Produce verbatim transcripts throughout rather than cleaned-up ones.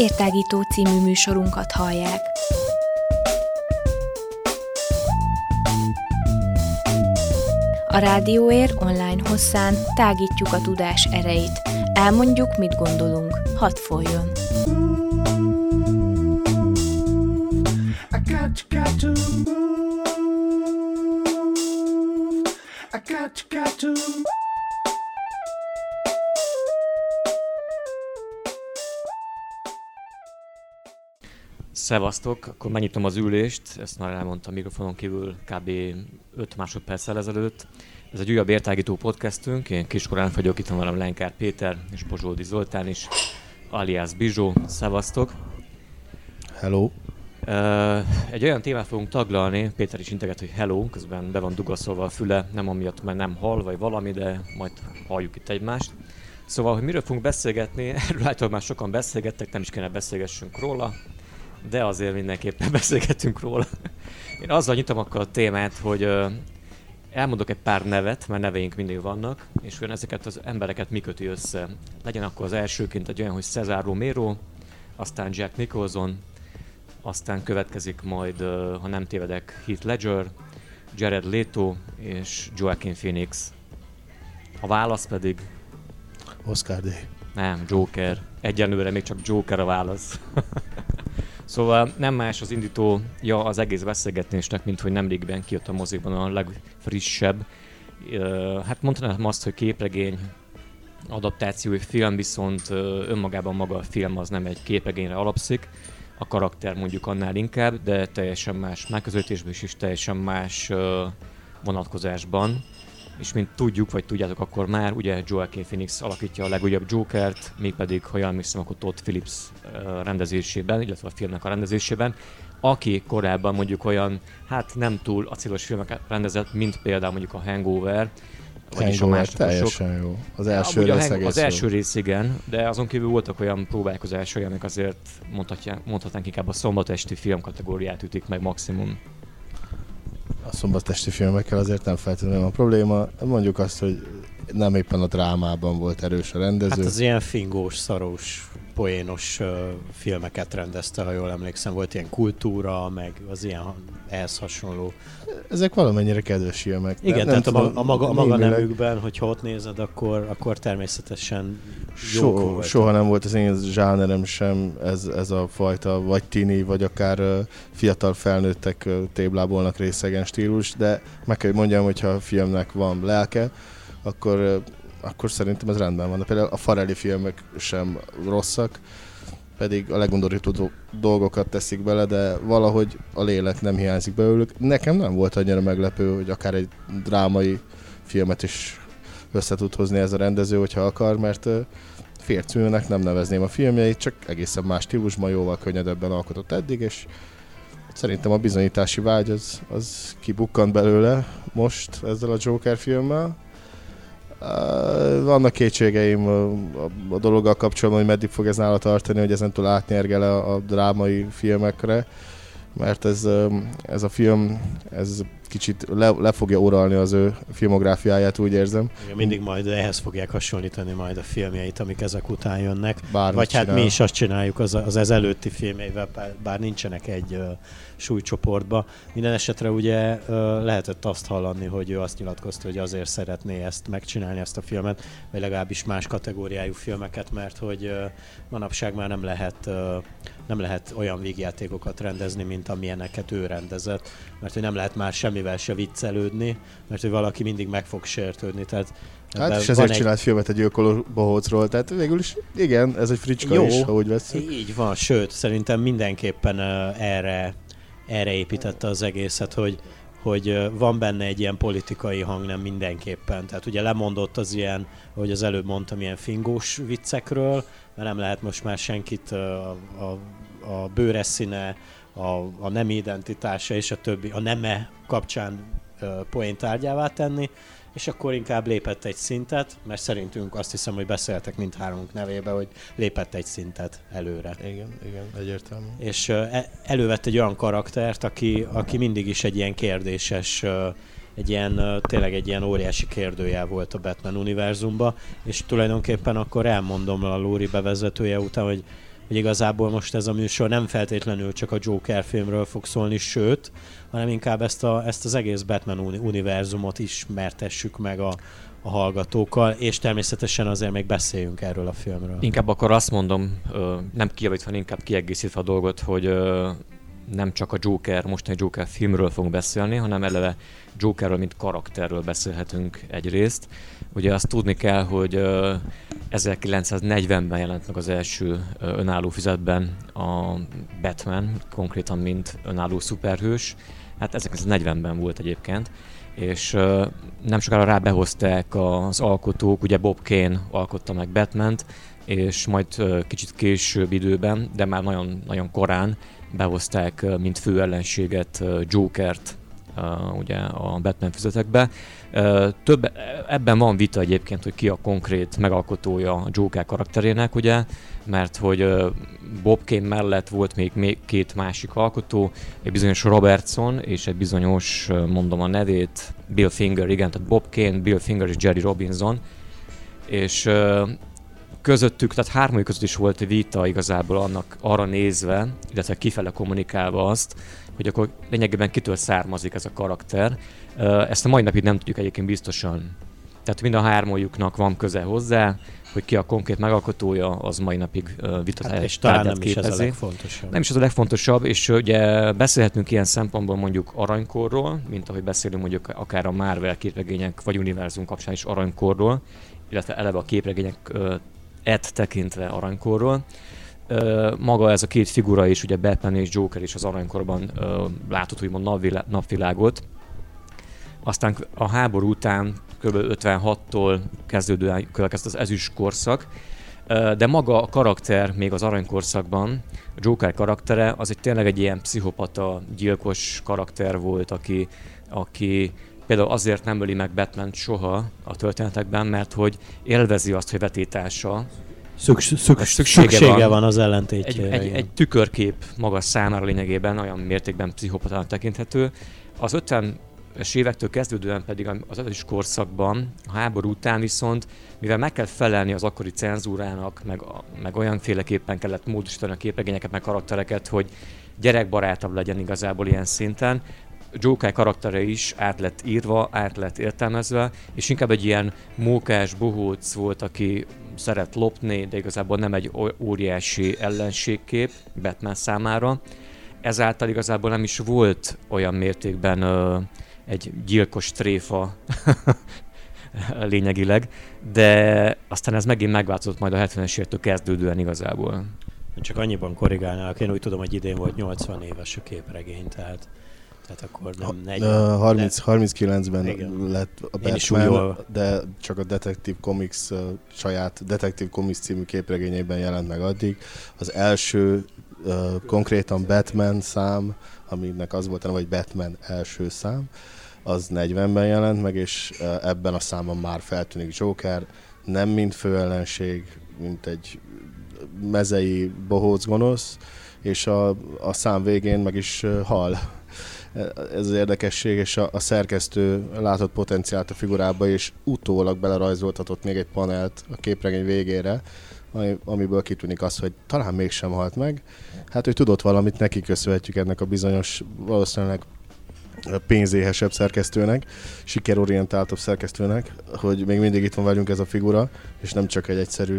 Értágító című műsorunkat hallják. A Rádióér online hosszán tágítjuk a tudás erejét. Elmondjuk, mit gondolunk. Hadd folyjon! Szevasztok, akkor megnyitom az ülést, ezt már elmondtam mikrofonon kívül kb. öt másodperccel ezelőtt. Ez egy újabb értágító podcastünk, én Kiskorán vagyok, itt van velem Lenkár Péter és Pozsódi Zoltán is, alias Bizsó. Szevasztok! Hello! Egy olyan témát fogunk taglalni, Péter is integet, hogy hello, közben be van dugaszolva a füle, nem amiatt, mert nem hall vagy valami, de majd halljuk itt egymást. Szóval, hogy miről fogunk beszélgetni, erről általában már sokan beszélgettek, nem is kéne beszélgessünk róla, de azért mindenképpen beszélgetünk róla. Én azzal nyitom akkor a témát, hogy elmondok egy pár nevet, mert neveink mindig vannak, és olyan ezeket az embereket mi köti össze. Legyen akkor az elsőként egy olyan, hogy Cesar Romero, aztán Jack Nicholson, aztán következik majd, ha nem tévedek, Heath Ledger, Jared Leto és Joaquin Phoenix. A válasz pedig... Oscar Day. Nem, Joker. Egyenlőre még csak Joker a válasz. Szóval nem más az indítója az egész beszélgetésnek, mint hogy nemrégben kijött a mozikban a legfrissebb. Hát mondhatnám azt, hogy képregény adaptációi film, viszont önmagában maga a film az nem egy képregényre alapszik. A karakter mondjuk annál inkább, de teljesen más megközelítésben is, és teljesen más vonatkozásban. És mint tudjuk, vagy tudjátok akkor már, ugye Joaquin Phoenix alakítja a legújabb Jokert, mégpedig, ha jól emlékszem, akkor Todd Phillips rendezésében, illetve a filmnek a rendezésében, aki korábban mondjuk olyan, hát nem túl acélos filmeket rendezett, mint például mondjuk a Hangover, vagyis a másodikosok. Teljesen jó. Az első ja, rész hang- egész Az első rész igen, de azon kívül voltak olyan próbálkozásai, amik azért mondhatnánk inkább a szombatesti film kategóriát ütik meg maximum. A szombatesti filmekkel azért nem feltétlenül a probléma. Mondjuk azt, hogy nem éppen a drámában volt erős a rendező. Hát az ilyen fingós, szarós, poénos uh, filmeket rendezte, ha jól emlékszem. Volt ilyen Kultúra, meg az ilyen ehhez hasonló. Ezek valamennyire kedves filmek. Igen, nem, tehát nem a, tudom, a maga, a maga némileg... nemükben, hogyha ott nézed, akkor, akkor természetesen jók so, Soha nem volt az én zsánerem sem ez, ez a fajta, vagy tini, vagy akár uh, fiatal felnőttek uh, téblábolnak részegen stílus, de meg kell, hogy mondjam, hogyha a filmnek van lelke, akkor, uh, akkor szerintem ez rendben van. De például a Farrelly filmek sem rosszak, pedig a legundorító dolgokat teszik bele, de valahogy a lélek nem hiányzik belőlük. Nekem nem volt annyira meglepő, hogy akár egy drámai filmet is össze tud hozni ez a rendező, hogyha akar, mert fércműnek nem nevezném a filmjeit, csak egészen más stílusban, jóval könnyedebben alkotott eddig, és szerintem a bizonyítási vágy az, az kibukkant belőle most ezzel a Joker filmmel. Vannak kétségeim a, a, a dologgal kapcsolatban, hogy meddig fog ez nála tartani, hogy ezentúl átnyergel a, a drámai filmekre, mert ez, ez a film ez kicsit le, le fogja uralni az ő filmográfiáját, úgy érzem. Igen, mindig majd ehhez fogják hasonlítani majd a filmjeit, amik ezek után jönnek. Bármit Vagy hát csinál. mi is azt csináljuk az, az ez előtti filmjeivel, bár, bár nincsenek egy uh, súlycsoportba. Minden esetre ugye uh, lehetett azt hallani, hogy ő azt nyilatkozta, hogy azért szeretné ezt megcsinálni, ezt a filmet, vagy legalábbis más kategóriájú filmeket, mert hogy uh, manapság már nem lehet, uh, nem lehet olyan vígjátékokat rendezni, mint amilyeneket ő rendezett, mert hogy nem lehet már semmivel se viccelődni, mert hogy valaki mindig meg fog sértődni. Tehát hát és ezért egy... csinált filmet egy gyilkoló bohócról, tehát végül is igen, ez egy fricska jó, is, ha úgy veszünk. Így van, sőt, szerintem mindenképpen uh, erre, erre építette az egészet, hogy, hogy uh, van benne egy ilyen politikai hang, nem mindenképpen. Tehát ugye lemondott az ilyen, ahogy az előbb mondtam, ilyen fingós viccekről, mert nem lehet most már senkit uh, a, a, a bőres színe, a, a nemi identitása és a többi, a neme kapcsán uh, poén tárgyává tenni, és akkor inkább lépett egy szintet, mert szerintünk azt hiszem, hogy beszéltek mindhármunk nevébe, hogy lépett egy szintet előre. Igen, igen, egyértelmű. És uh, elővett egy olyan karaktert, aki, aki mindig is egy ilyen kérdéses, uh, egy ilyen, uh, tényleg egy ilyen óriási kérdőjel volt a Batman univerzumban, és tulajdonképpen akkor elmondom a Lóri bevezetője után, hogy hogy igazából most ez a műsor nem feltétlenül csak a Joker filmről fog szólni, sőt, hanem inkább ezt, a, ezt az egész Batman univerzumot ismertessük meg a, a hallgatókkal, és természetesen azért még beszéljünk erről a filmről. Inkább akkor azt mondom, nem kijavítva, inkább kiegészítve a dolgot, hogy nem csak a Joker, mostani Joker filmről fogunk beszélni, hanem eleve Jokerről, mint karakterről beszélhetünk egyrészt. Ugye azt tudni kell, hogy ezerkilencszáznegyvenben jelent meg az első önálló füzetben a Batman, konkrétan mint önálló szuperhős. Hát ezerkilencszáznegyvenben volt egyébként, és nem sokára rá behozták az alkotók, ugye Bob Kane alkotta meg Batmant, és majd kicsit később időben, de már nagyon, nagyon korán behozták, mint fő ellenséget Jokert ugye a Batman füzetekbe. Több, ebben van vita egyébként, hogy ki a konkrét megalkotója a Joker karakterének, ugye, mert hogy Bob Kane mellett volt még, még két másik alkotó, egy bizonyos Robertson és egy bizonyos, mondom a nevét, Bill Finger, igen, tehát Bob Kane, Bill Finger és Jerry Robinson, és közöttük, tehát hármójuk között is volt vita igazából annak arra nézve, illetve kifele kommunikálva azt, hogy akkor lényegében kitől származik ez a karakter. Ezt a mai napig nem tudjuk egyébként biztosan. Tehát mind a hármójuknak van köze hozzá, hogy ki a konkrét megalkotója, az mai napig vitatás hát és talán nem is ez a legfontosabb. Nem is ez a legfontosabb, és ugye beszélhetünk ilyen szempontból mondjuk aranykorról, mint ahogy beszélünk mondjuk akár a Marvel képregények vagy univerzum kapcsán is aranykorról, illetve eleve a képregények et tekintve aranykorról. Maga ez a két figura is, ugye Batman és Joker is az aranykorban látott úgymond napvilá- napvilágot. Aztán a háború után kb. ötvenhattól kezdődően következett az ezüst korszak, de maga a karakter még az aranykorszakban, a Joker karaktere, az egy tényleg egy ilyen pszichopata, gyilkos karakter volt, aki, aki például azért nem öli meg Batman soha a történetekben, mert hogy élvezi azt, hogy vetétársa. Szüks, szüks, szüksége, szüksége van, van az ellentétjére. Egy, egy, egy tükörkép maga számára lényegében olyan mértékben pszichopatának tekinthető. Az ötvenes évektől kezdődően pedig az ezüst korszakban, a háború után viszont, mivel meg kell felelni az akkori cenzúrának, meg, meg olyanféleképpen kellett módosítani a képregényeket, meg karaktereket, hogy gyerekbarátabb legyen igazából ilyen szinten, Joker karaktere is át lett írva, át lett értelmezve, és inkább egy ilyen mókás bohóc volt, aki szeret lopni, de igazából nem egy óriási ellenségkép Batman számára. Ezáltal igazából nem is volt olyan mértékben ö, egy gyilkos tréfa lényegileg, de aztán ez megint megváltozott majd a hetvenes évektől kezdődően igazából. Csak annyiban korrigálnálok, én úgy tudom, hogy idén volt nyolcvan éves a képregény, tehát Tehát akkor nem negyven. harminc, harminckilencben igen. Lett a Batman, de csak a Detective Comics uh, saját Detective Comics című képregényében jelent meg addig. Az első uh, konkrétan Batman szám, aminek az volt, vagy Batman első szám, az negyvenben jelent meg, és uh, ebben a számban már feltűnik Joker, nem mint főellenség, mint egy mezei bohóc gonosz, és a, a szám végén meg is uh, hal. Ez az érdekesség, és a, a szerkesztő látott potenciált a figurába, és utólag belerajzoltatott még egy panelt a képregény végére, ami, amiből kitűnik az, hogy talán mégsem halt meg. Hát ő tudott valamit, neki köszönhetjük ennek a bizonyos, valószínűleg pénzéhesebb szerkesztőnek, sikerorientáltabb szerkesztőnek, hogy még mindig itt van velünk ez a figura, és nem csak egy egyszerű,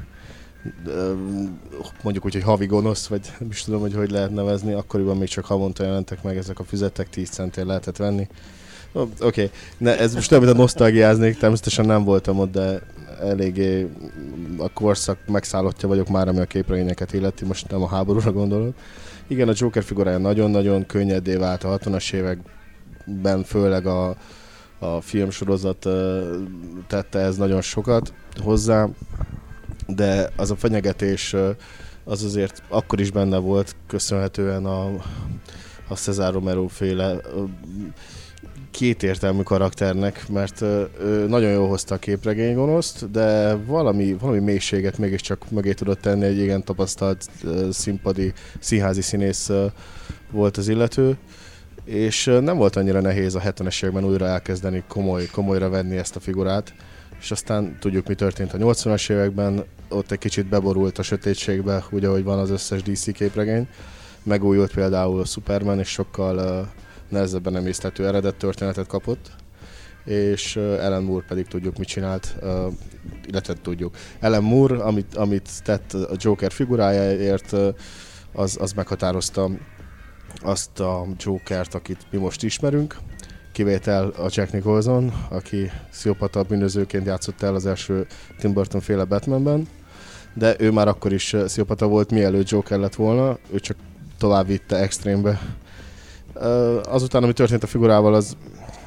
mondjuk úgy, hogy havi gonosz, vagy nem is tudom, hogy hogy lehet nevezni, akkoriban még csak havonta jelentek meg ezek a füzetek, tíz centért lehetett venni. Oké, okay. Ez most nem, mint a nosztalgiáznék, természetesen nem voltam ott, de eléggé a korszak megszállottja vagyok már, ami a képregényeket illeti, most nem a háborúra gondolok. Igen, a Joker figurája nagyon-nagyon könnyedé vált a hatvanas években, főleg a, a filmsorozat tette ez nagyon sokat hozzá, de az a fenyegetés az azért akkor is benne volt, köszönhetően a, a Cesar Romero féle kétértelmű karakternek, mert ő nagyon jól hozta a képregény gonoszt, de valami, valami mélységet mégiscsak mögé tudott tenni, egy igen tapasztalt színpadi, színházi színész volt az illető, és nem volt annyira nehéz a hetvenes években újra elkezdeni komoly, komolyra venni ezt a figurát, és aztán tudjuk, mi történt a nyolcvanas években, ott egy kicsit beborult a sötétségbe, úgy, ahogy van az összes dé cé képregény. Megújult például a Superman, és sokkal uh, nehezebben emészthető eredet történetet kapott, és uh, Alan Moore pedig tudjuk, mit csinált, uh, illetve tudjuk. Alan Moore, amit, amit tett a Joker figurájáért, uh, az, az meghatározta azt a Jokert, akit mi most ismerünk. Kivétel a Jack Nicholson, aki pszichopata bűnözőként játszott el az első Tim Burton féle Batmanben, de ő már akkor is pszichopata volt, mielőtt Joker lett volna, ő csak tovább vitte extrémbe. Azután, ami történt a figurával, az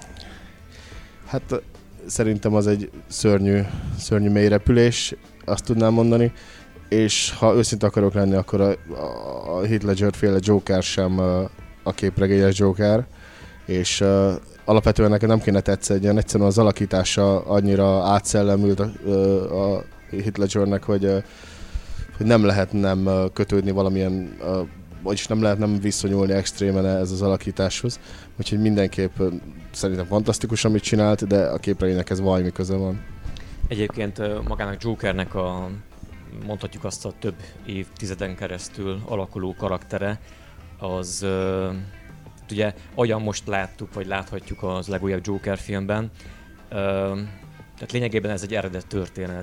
hát szerintem az egy szörnyű, szörnyű mély repülés, azt tudnám mondani, és ha őszinte akarok lenni, akkor a, a Heath Ledger féle Joker sem a képregényes Joker, és uh, alapvetően nekem nem kéne tetszedjen, egyszerűen az alakítása annyira átszellemült a, a Heath Ledgernek, hogy, uh, hogy nem lehet nem kötődni valamilyen, uh, vagyis nem lehet nem viszonyulni extrémen ez az alakításhoz, úgyhogy mindenképp uh, szerintem fantasztikus, amit csinált, de a képregénynek ez valami köze van. Egyébként uh, magának Jokernek a, mondhatjuk azt, a több évtizeden keresztül alakuló karaktere, az uh, ugye olyan most láttuk, vagy láthatjuk az legújabb Joker filmben, uh, tehát lényegében ez egy eredet történet.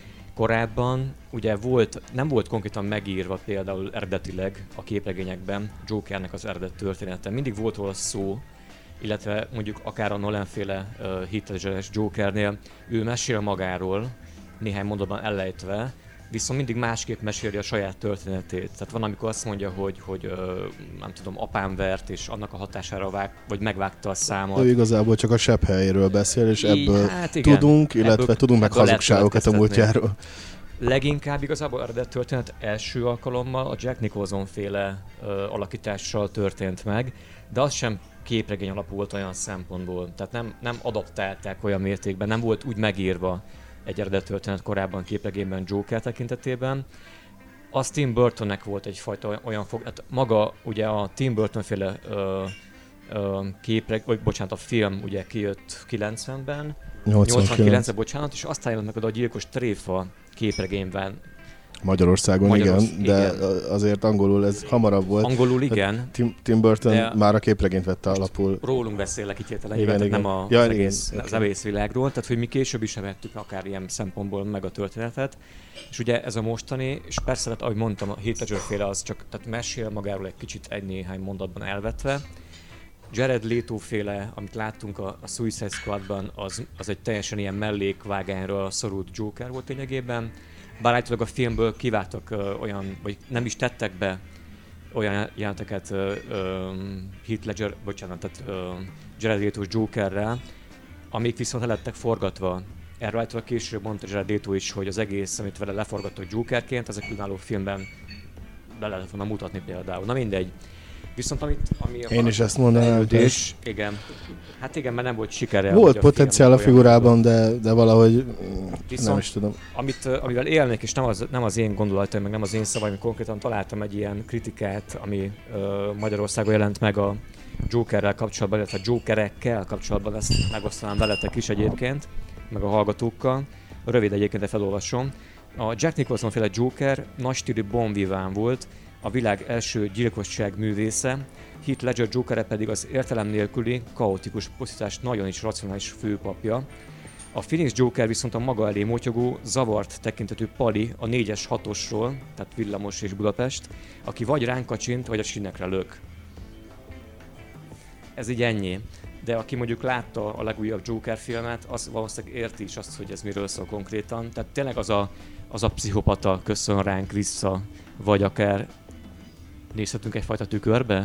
Korábban ugye volt, nem volt konkrétan megírva például eredetileg a képregényekben Jokernek az eredet története. Mindig volt róla szó, illetve mondjuk akár a Nolan-féle uh, Heath Ledger-es Jokernél ő mesél magáról, néhány mondatban ellejtve, viszont mindig másképp meséli a saját történetét. Tehát van, amikor azt mondja, hogy, hogy ö, nem tudom, apám vert, és annak a hatására vág, vagy megvágta a számat. Ő igazából csak a sebb helyéről beszél, és Így, ebből hát igen, tudunk, illetve ebből, tudunk meg hazugságokat a múltjáról. Leginkább igazából eredet történet első alkalommal a Jack Nicholson féle ö, alakítással történt meg, de az sem képregény alapú volt olyan szempontból. Tehát nem, nem adaptálták olyan mértékben, nem volt úgy megírva egy eredet történet korábban képregényben Joker tekintetében. Az Tim Burtonnek volt egyfajta olyan fog... Hát maga ugye a Tim Burton féle ö, ö, képreg... vagy bocsánat, a film ugye kijött kilencvenben, nyolcvankilencben, bocsánat, és aztán jött meg oda a Gyilkos tréfa képregényben. Magyarországon, Magyarország, igen, igen, de azért angolul ez hamarabb volt. Angolul igen. Tim, Tim Burton de már a képregényt vette alapul. Rólunk beszélek itt értelemben, nem a, ja, az, egész, igen, az okay. egész világról, tehát hogy mi később is vettük akár ilyen szempontból meg a történetet. És ugye ez a mostani, és persze, hát, ahogy mondtam, a Heath Ledger féle az csak tehát mesél magáról egy kicsit egy-néhány mondatban elvetve. Jared Leto féle, amit láttunk a, a Suicide Squadban, az, az egy teljesen ilyen mellékvágányra szorult Joker volt lényegében. Bár állítólag a filmből kivágtak uh, olyan, vagy nem is tettek be olyan jelenteket uh, uh, Heath Ledger, bocsánat, tehát uh, Jared Leto Jokerrel, amik viszont lettek forgatva. Erről állítólag később mondta Jared Leto is, hogy az egész, amit vele leforgattak Jokerként, az a különáló filmben be lehet volna mutatni például. Na mindegy. Viszont amit, ami Én is ezt mondanám. És igen. Hát igen, mert nem volt sikere. Volt potenciál a, a figurában, de, de valahogy viszont, nem is tudom. Amit, amivel élnék, és nem az, nem az én gondolataim, meg nem az én szavaim, konkrétan találtam egy ilyen kritikát, ami uh, Magyarországon jelent meg a Jokerrel kapcsolatban, illetve a Jokerekkel kapcsolatban, ezt megosztanám veletek is egyébként, meg a hallgatókkal. Rövid egyébként, de felolvasom. A Jack Nicholson féle Joker nagy stílű bon vivant volt, a világ első gyilkosság művésze, Heath Ledger Jokere pedig az értelem nélküli, kaotikus pusztítás nagyon is racionális főpapja. A Phoenix Joker viszont a maga elé motyogó, zavart tekintetű Pali a négyes hatosról, tehát Villamos és Budapest, aki vagy ránk kacsint, vagy a sinekre lök. Ez így ennyi. De aki mondjuk látta a legújabb Joker filmet, az valószínűleg érti is azt, hogy ez miről szól konkrétan. Tehát tényleg az a, az a pszichopata köszön ránk vissza, vagy akár nézhetünk egyfajta tükörbe?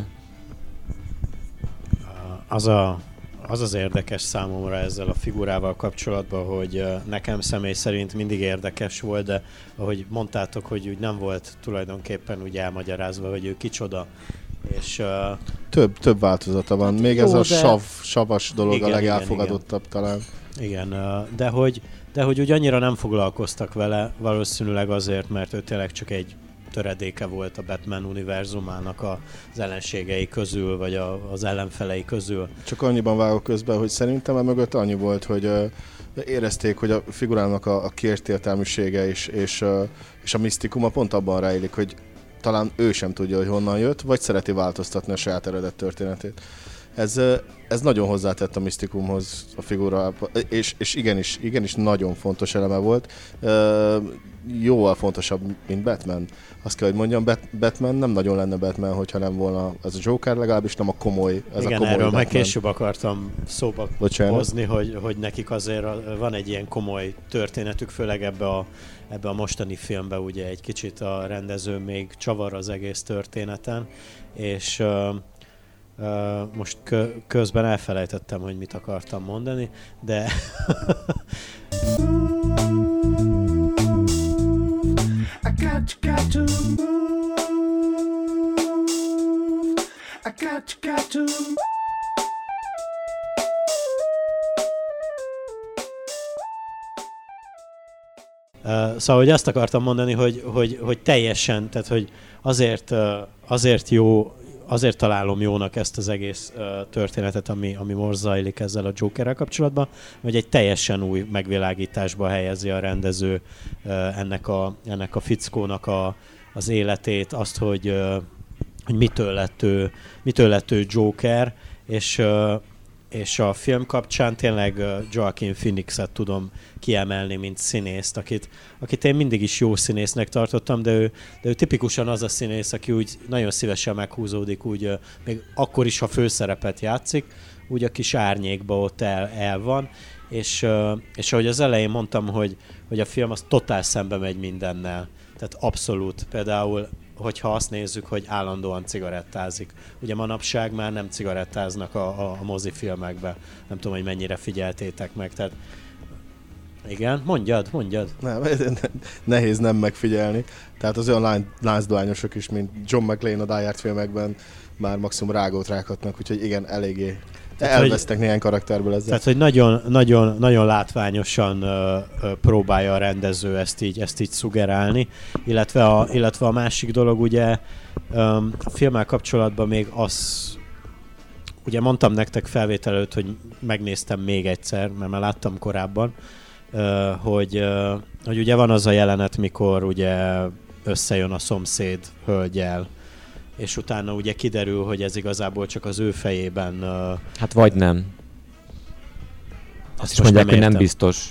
Az, a, az az érdekes számomra ezzel a figurával kapcsolatban, hogy nekem személy szerint mindig érdekes volt, de ahogy mondtátok, hogy úgy nem volt tulajdonképpen úgy elmagyarázva, hogy ő kicsoda. És, uh, több, több változata van. Még jó, ez a de... sav, savas dolog igen, a legelfogadottabb igen, talán. Igen, uh, de hogy, de hogy úgy annyira nem foglalkoztak vele, valószínűleg azért, mert ő tényleg csak egy töredéke volt a Batman univerzumának az ellenségei közül, vagy a, az ellenfelei közül. Csak annyiban vágok közben, hogy szerintem emögött annyi volt, hogy uh, érezték, hogy a figurának a, a kiértelműsége és, és, uh, és a misztikuma pont abban rejlik, hogy talán ő sem tudja, hogy honnan jött, vagy szereti változtatni a saját eredet történetét. Ez, ez nagyon hozzátett a misztikumhoz a figurába, és, és igenis, igenis nagyon fontos eleme volt. Jóval fontosabb, mint Batman. Azt kell, hogy mondjam, Batman nem nagyon lenne Batman, hogyha nem volna ez a Joker, legalábbis nem a komoly, ez igen, a komoly erről Batman. meg később akartam szóba Bocsánat. hozni, hogy, hogy nekik azért van egy ilyen komoly történetük, főleg ebbe a, ebbe a mostani filmbe ugye egy kicsit a rendező még csavar az egész történeten, és uh, uh, most kö, közben elfelejtettem, hogy mit akartam mondani, de I got you, got to move. I got you, got to Uh, szóval, hogy azt akartam mondani, hogy, hogy, hogy teljesen, tehát hogy azért, uh, azért jó, azért találom jónak ezt az egész uh, történetet, ami, ami most zajlik ezzel a Jokerrel kapcsolatban, hogy egy teljesen új megvilágításba helyezi a rendező uh, ennek, a, ennek a fickónak a, az életét, azt, hogy, uh, hogy mitől lett ő, mitől lett ő Joker, és uh, és a film kapcsán tényleg Joaquin Phoenixet tudom kiemelni, mint színészt, akit, akit én mindig is jó színésznek tartottam, de ő, de ő tipikusan az a színész, aki úgy nagyon szívesen meghúzódik, úgy még akkor is, ha főszerepet játszik, úgy a kis árnyékba ott el, el van, és, és ahogy az elején mondtam, hogy, hogy a film az totál szembe megy mindennel, tehát abszolút, például hogyha azt nézzük, hogy állandóan cigarettázik. Ugye manapság már nem cigarettáznak a, a, a mozifilmekbe. Nem tudom, hogy mennyire figyeltétek meg. Tehát igen, mondjad, mondjad. Nem, nehéz nem megfigyelni. Tehát az olyan lánzdolányosok is, mint John McClane a Die Hard filmekben már maximum rágót rákatnak, úgyhogy igen, eléggé tehát, elvesztek néhány karakterből ezzel. Tehát, hogy nagyon, nagyon, nagyon látványosan ö, ö, próbálja a rendező ezt így, ezt így szugerálni, illetve a, illetve a másik dolog, ugye ö, a filmmel kapcsolatban még az, ugye mondtam nektek felvétel előtt, hogy megnéztem még egyszer, mert már láttam korábban, ö, hogy, ö, hogy ugye van az a jelenet, mikor ugye összejön a szomszéd hölgyel, és utána ugye kiderül, hogy ez igazából csak az ő fejében... Uh, hát vagy nem. Azt is mondják, nem hogy nem biztos.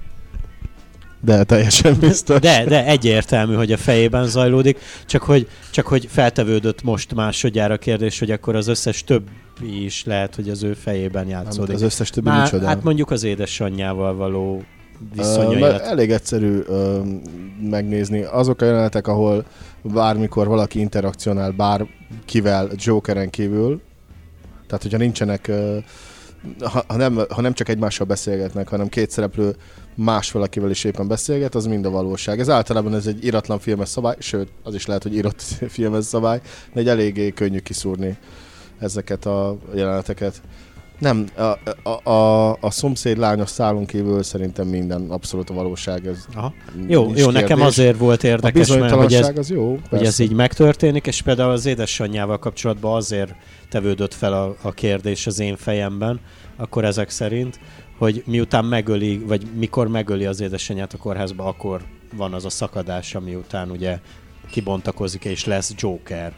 De teljesen biztos. De, de egyértelmű, hogy a fejében zajlódik, csak hogy, csak hogy feltevődött most másodjára kérdés, hogy akkor az összes többi is lehet, hogy az ő fejében játszódik. Nem, az összes többi Már, micsoda. hát mondjuk az édesanyjával való viszonyailat. Uh, elég egyszerű uh, megnézni. Azok a jelenetek, ahol bármikor valaki interakcionál bárkivel Jokeren kívül, tehát hogyha nincsenek, uh, ha, ha, nem, ha nem csak egymással beszélgetnek, hanem két szereplő más valakivel is éppen beszélget, az mind a valóság. Ez általában ez egy iratlan filmes szabály, sőt, az is lehet, hogy írott filmes szabály, de egy eléggé könnyű kiszúrni ezeket a jeleneteket. Nem, a, a, a, a szomszéd lányos szálon kívül szerintem minden abszolút a valóság. Ez Aha. Jó, jó nekem azért volt érdekes, a mert hogy ez, az jó, hogy ez így megtörténik, és például az édesanyjával kapcsolatban azért tevődött fel a, a kérdés az én fejemben, akkor ezek szerint, hogy miután megöli, vagy mikor megöli az édesanyját a kórházba, akkor van az a szakadás, ami után ugye kibontakozik, és lesz Joker.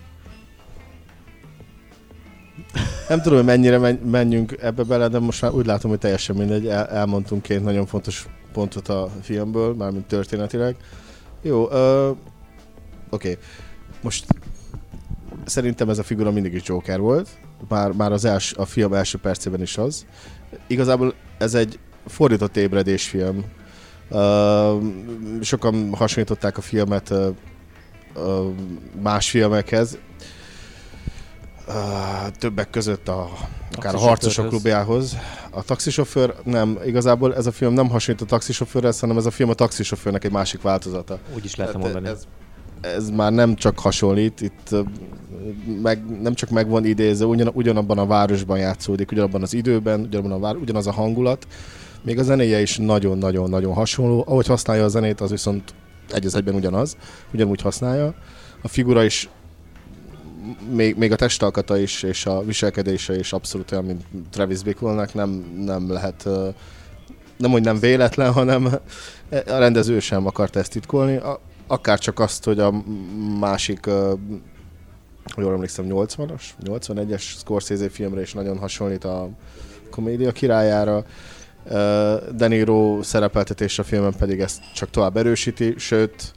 Nem tudom, hogy mennyire menjünk ebbe bele, de most már úgy látom, hogy teljesen mindegy. El, elmondtunk két nagyon fontos pontot a filmből, mármint történetileg. Jó, uh, oké. Okay. Most szerintem ez a figura mindig is Joker volt. Már, már az els, a film első percében is az. Igazából ez egy fordított ébredésfilm. Uh, sokan hasonlították a filmet uh, uh, más filmekhez. Uh, többek között a, akár a Harcosok klubjához. A taxisofőr nem, igazából ez a film nem hasonlít a taxisofőrhez, hanem ez a film a taxisofőrnek egy másik változata. Úgy is lehetne mondani. Ez, ez már nem csak hasonlít, itt meg, nem csak meg van idézve, ugyan, ugyanabban a városban játszódik, ugyanabban az időben, ugyanabban a vár, ugyanaz a hangulat. Még a zenéje is nagyon-nagyon-nagyon hasonló. Ahogy használja a zenét, az viszont egy az egyben ugyanaz, ugyanúgy használja. A figura is, még, még a testalkata is, és a viselkedése is abszolút olyan, mint Travis Bickle-nek, nem, nem lehet, nem hogy nem véletlen, hanem a rendező sem akarta ezt titkolni. Akár csak azt, hogy a másik, hogy jól emlékszem, nyolcvanas, nyolcvanegyes Scorsese filmre is nagyon hasonlít a Komédia királyára. De Niro szerepeltetés a filmen pedig ezt csak tovább erősíti, sőt,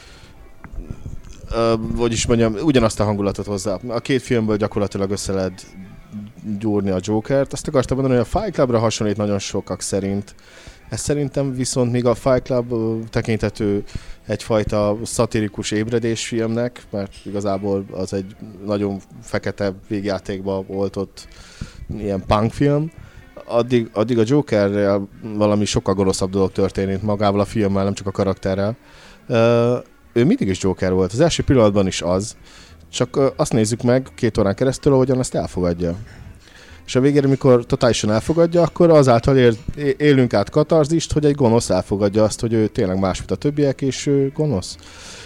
hogy is mondjam, ugyanazt a hangulatot hozzá. A két filmből gyakorlatilag össze lehet gyúrni a Jokert. Azt akartam mondani, hogy a Fight Clubra hasonlít nagyon sokak szerint. Ez szerintem viszont még a Fight Club tekintető egyfajta szatirikus ébredésfilmnek, mert igazából az egy nagyon fekete végjátékba oltott ilyen punkfilm. Addig, addig a Jokerrel valami sokkal gonoszabb dolog történik magával a filmmel, nem csak a karakterrel. Ő mindig is Joker volt, az első pillanatban is az, csak azt nézzük meg két órán keresztül, ahogyan ezt elfogadja. És a végére, mikor totálisan elfogadja, akkor azáltal ér, élünk át katarzist, hogy egy gonosz elfogadja azt, hogy ő tényleg más, mint a többiek, és ő gonosz.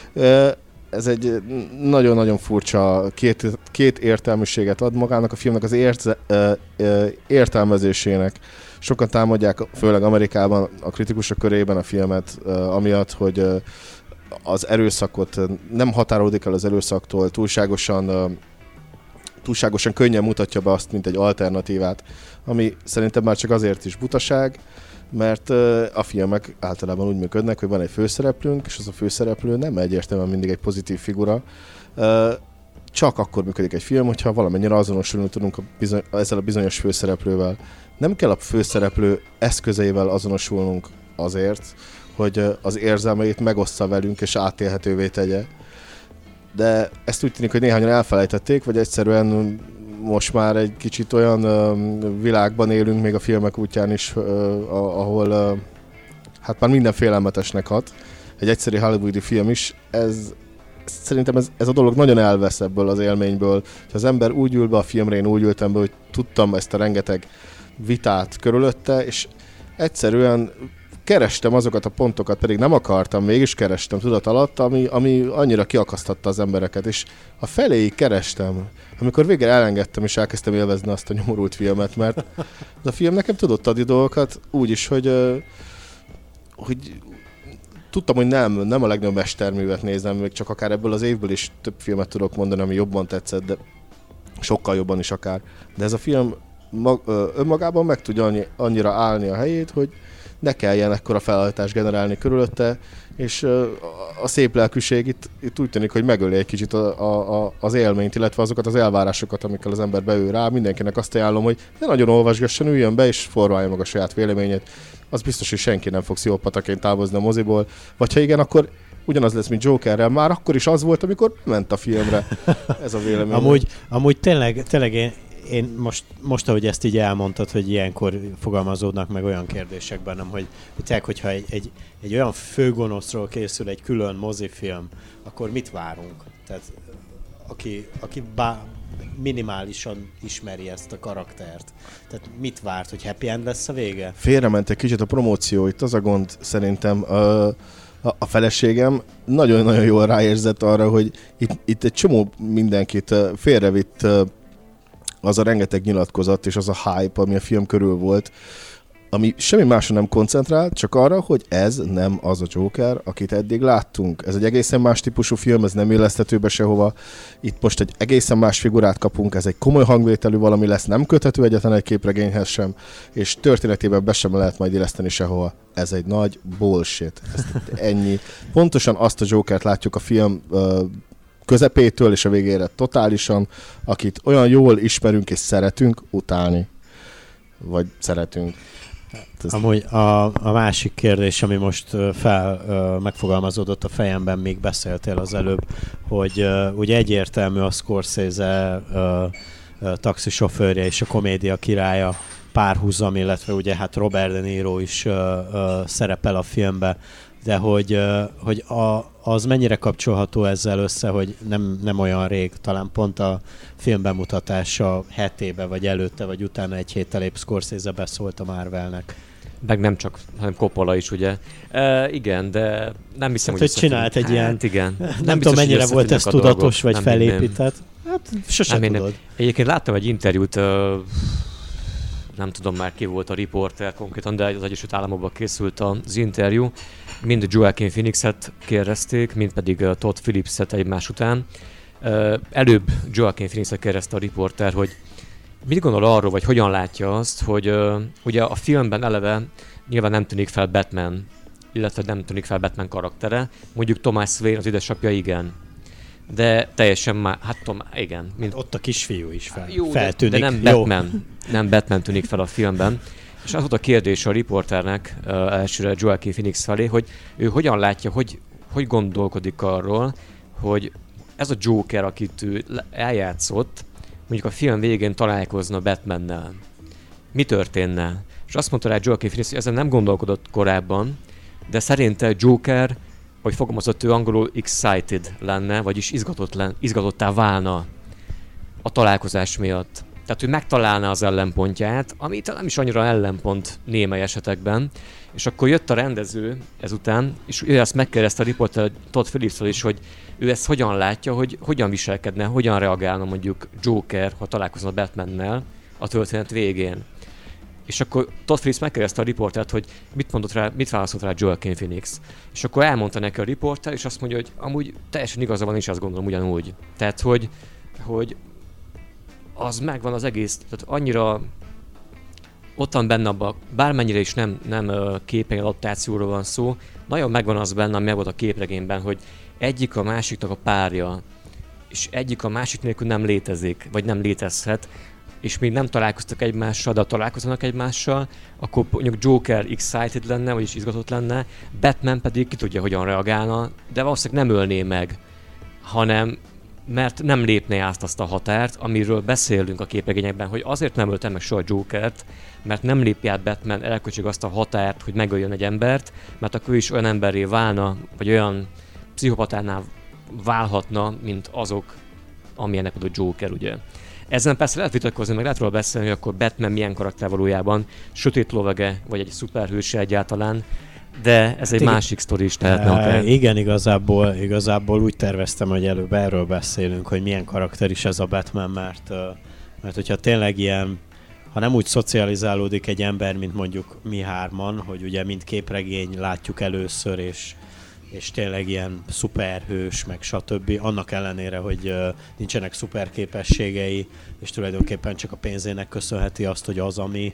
Ez egy nagyon-nagyon furcsa két, két értelműséget ad magának a filmnek az érze, értelmezésének. Sokan támadják, főleg Amerikában, a kritikusok körében a filmet, amiatt, hogy az erőszakot nem határolódik el az erőszaktól, túlságosan, túlságosan könnyen mutatja be azt, mint egy alternatívát, ami szerintem már csak azért is butaság, mert a filmek általában úgy működnek, hogy van egy főszereplőnk, és az a főszereplő nem egyértelműen mindig egy pozitív figura. Csak akkor működik egy film, hogyha valamennyire azonosulni tudunk a bizony, ezzel a bizonyos főszereplővel. Nem kell a főszereplő eszközeivel azonosulnunk azért, hogy az érzelmeit megossza velünk és átélhetővé tegye. De ezt úgy tűnik, hogy néhányan elfelejtették, vagy egyszerűen most már egy kicsit olyan uh, világban élünk, még a filmek útján is, uh, ahol uh, hát már minden félelmetesnek hat. Egy egyszerű hollywoodi film is, ez szerintem ez, ez a dolog nagyon elvesz ebből az élményből. Ha az ember úgy ül be a filmre, én úgy ültem be, hogy tudtam ezt a rengeteg vitát körülötte, és egyszerűen kerestem azokat a pontokat, pedig nem akartam, mégis kerestem tudat alatt, ami, ami annyira kiakasztatta az embereket, és a feléig kerestem. Amikor végre elengedtem, és elkezdtem élvezni azt a nyomorult filmet, mert az a film nekem tudott adni dolgokat úgy is, hogy, hogy tudtam, hogy nem, nem a legnagyobb mesterművet nézem, még csak akár ebből az évből is több filmet tudok mondani, ami jobban tetszett, de sokkal jobban is akár. De ez a film mag, önmagában meg tudja annyira állni a helyét, hogy ne kelljen ekkora felállítást generálni körülötte, és a szép lelkűség itt, itt úgy tűnik, hogy megöli egy kicsit a, a, a, az élményt, illetve azokat az elvárásokat, amikkel az ember beül rá. Mindenkinek azt ajánlom, hogy ne nagyon olvasgasson, üljön be, és formálja meg a saját véleményét. Az biztos, hogy senki nem fog pszichopataként távozni a moziból. Vagy ha igen, akkor ugyanaz lesz, mint Jokerrel. Már akkor is az volt, amikor ment a filmre. Ez a vélemény. Amúgy, amúgy tényleg, tényleg én, én most, most, ahogy ezt így elmondtad, hogy ilyenkor fogalmazódnak meg olyan kérdések bennem, hogy, hogy tényleg, hogyha egy, egy, egy olyan főgonoszról készül egy külön mozifilm, akkor mit várunk? Tehát aki, aki bá, minimálisan ismeri ezt a karaktert. Tehát mit várt, hogy happy end lesz a vége? Félrement egy kicsit a promóció, itt az a gond szerintem. A, a, a feleségem nagyon-nagyon jól ráérzett arra, hogy itt, itt egy csomó mindenkit félrevitt az a rengeteg nyilatkozat és az a hype, ami a film körül volt, ami semmi másra nem koncentrált, csak arra, hogy ez nem az a Joker, akit eddig láttunk. Ez egy egészen más típusú film, ez nem illeszthető be sehova. Itt most egy egészen más figurát kapunk, ez egy komoly hangvételű valami lesz, nem köthető egyetlen egy képregényhez sem, és történetében be sem lehet majd illeszteni sehova. Ez egy nagy bullshit. Ez ennyi. Pontosan azt a Jokert látjuk a film uh, közepétől és a végére totálisan, akit olyan jól ismerünk és szeretünk utálni. Vagy szeretünk. Ez... Amúgy a, a másik kérdés, ami most fel megfogalmazódott a fejemben, még beszéltél az előbb, hogy ugye egyértelmű a Scorsese taxisofőrje és a Komédia királya párhuzam, illetve ugye hát Robert De Niro is uh, uh, szerepel a filmben, de hogy, uh, hogy a, az mennyire kapcsolható ezzel össze, hogy nem, nem olyan rég, talán pont a film bemutatása hetébe, vagy előtte, vagy utána egy héttel épp Scorsese beszólt a Marvelnek. meg nem csak, hanem Coppola is, ugye. E, igen, de nem hiszem, hát, hogy hogy csinált egy hát, ilyen, igen. nem, nem nem biztos, tudom mennyire volt ez tudatos, vagy nem, felépített. Nem. Hát sosem nem, tudod. Nem. Egyébként láttam egy interjút, uh, nem tudom már ki volt a riporter konkrétan, de az Egyesült Államokban készült az interjú. Mind Joaquin Phoenixet kérdezték, mind pedig uh, Todd Phillipset egymás után. Uh, előbb Joaquin Phoenixet kérdezte a riporter, hogy mit gondol arról, vagy hogyan látja azt, hogy uh, ugye a filmben eleve nyilván nem tűnik fel Batman, illetve nem tűnik fel Batman karaktere. Mondjuk Thomas Wayne, az édesapja igen. De teljesen már, hát Tom, igen. Mint... Ott a kisfiú is fel, Jó, feltűnik. De, de nem Jó. Batman, nem Batman tűnik fel a filmben. És az volt a kérdés a riporternek uh, elsőre Joaquin Phoenix felé, hogy ő hogyan látja, hogy, hogy gondolkodik arról, hogy ez a Joker, akit ő eljátszott, mondjuk a film végén találkozna Batmannel. Mi történne? És azt mondta rá Joaquin Phoenix, hogy ezen nem gondolkodott korábban, de szerinte Joker, hogy fogalmazott, ő angolul excited lenne, vagyis izgatott len, izgatottá válna a találkozás miatt. Tehát, hogy megtalálná az ellenpontját, ami nem is annyira ellenpont némely esetekben. És akkor jött a rendező ezután, és ő ezt megkérdezte a riporter Todd Phillipstől is, hogy ő ezt hogyan látja, hogy hogyan viselkedne, hogyan reagálna mondjuk Joker, ha találkozna Batmannel a történet végén. És akkor Todd Phillips megkérdezte a riportert, hogy mit mondott rá, mit válaszolt rá Joaquin Phoenix. És akkor elmondta neki a riporter, és azt mondja, hogy amúgy teljesen igaza van, és azt gondolom ugyanúgy. Tehát, hogy, hogy az megvan az egész, tehát annyira ott van benne abban, bármennyire is nem, nem képregény adaptációról van szó, nagyon megvan az benne, ami volt a képregényben, hogy egyik a másiknak a párja, és egyik a másik nélkül nem létezik, vagy nem létezhet, és még nem találkoztak egymással, de ha találkoznak egymással, akkor mondjuk Joker excited lenne, vagyis izgatott lenne, Batman pedig ki tudja, hogyan reagálna, de valószínűleg nem ölné meg, hanem mert nem lépné át azt a határt, amiről beszélünk a képregényekben, hogy azért nem öltem meg soha Jokert, mert nem lépj át Batman, elköcsög azt a határt, hogy megöljön egy embert, mert akkor ő is olyan emberré válna, vagy olyan pszichopatánál válhatna, mint azok, amilyenek a Joker, ugye. Ezen persze lehet vitatkozni, meg lehet róla beszélni, hogy akkor Batman milyen karakter valójában, sötét lovege, vagy egy szuperhőse egyáltalán, de ez egy igen. másik sztori is lehetne. E, igen, igazából, igazából úgy terveztem, hogy előbb erről beszélünk, hogy milyen karakter is ez a Batman, mert, mert hogyha tényleg ilyen, ha nem úgy szocializálódik egy ember, mint mondjuk mi hárman, hogy ugye mind képregény látjuk először, és és tényleg ilyen szuperhős, meg stb. Annak ellenére, hogy uh, nincsenek szuperképességei, és tulajdonképpen csak a pénzének köszönheti azt, hogy az, ami...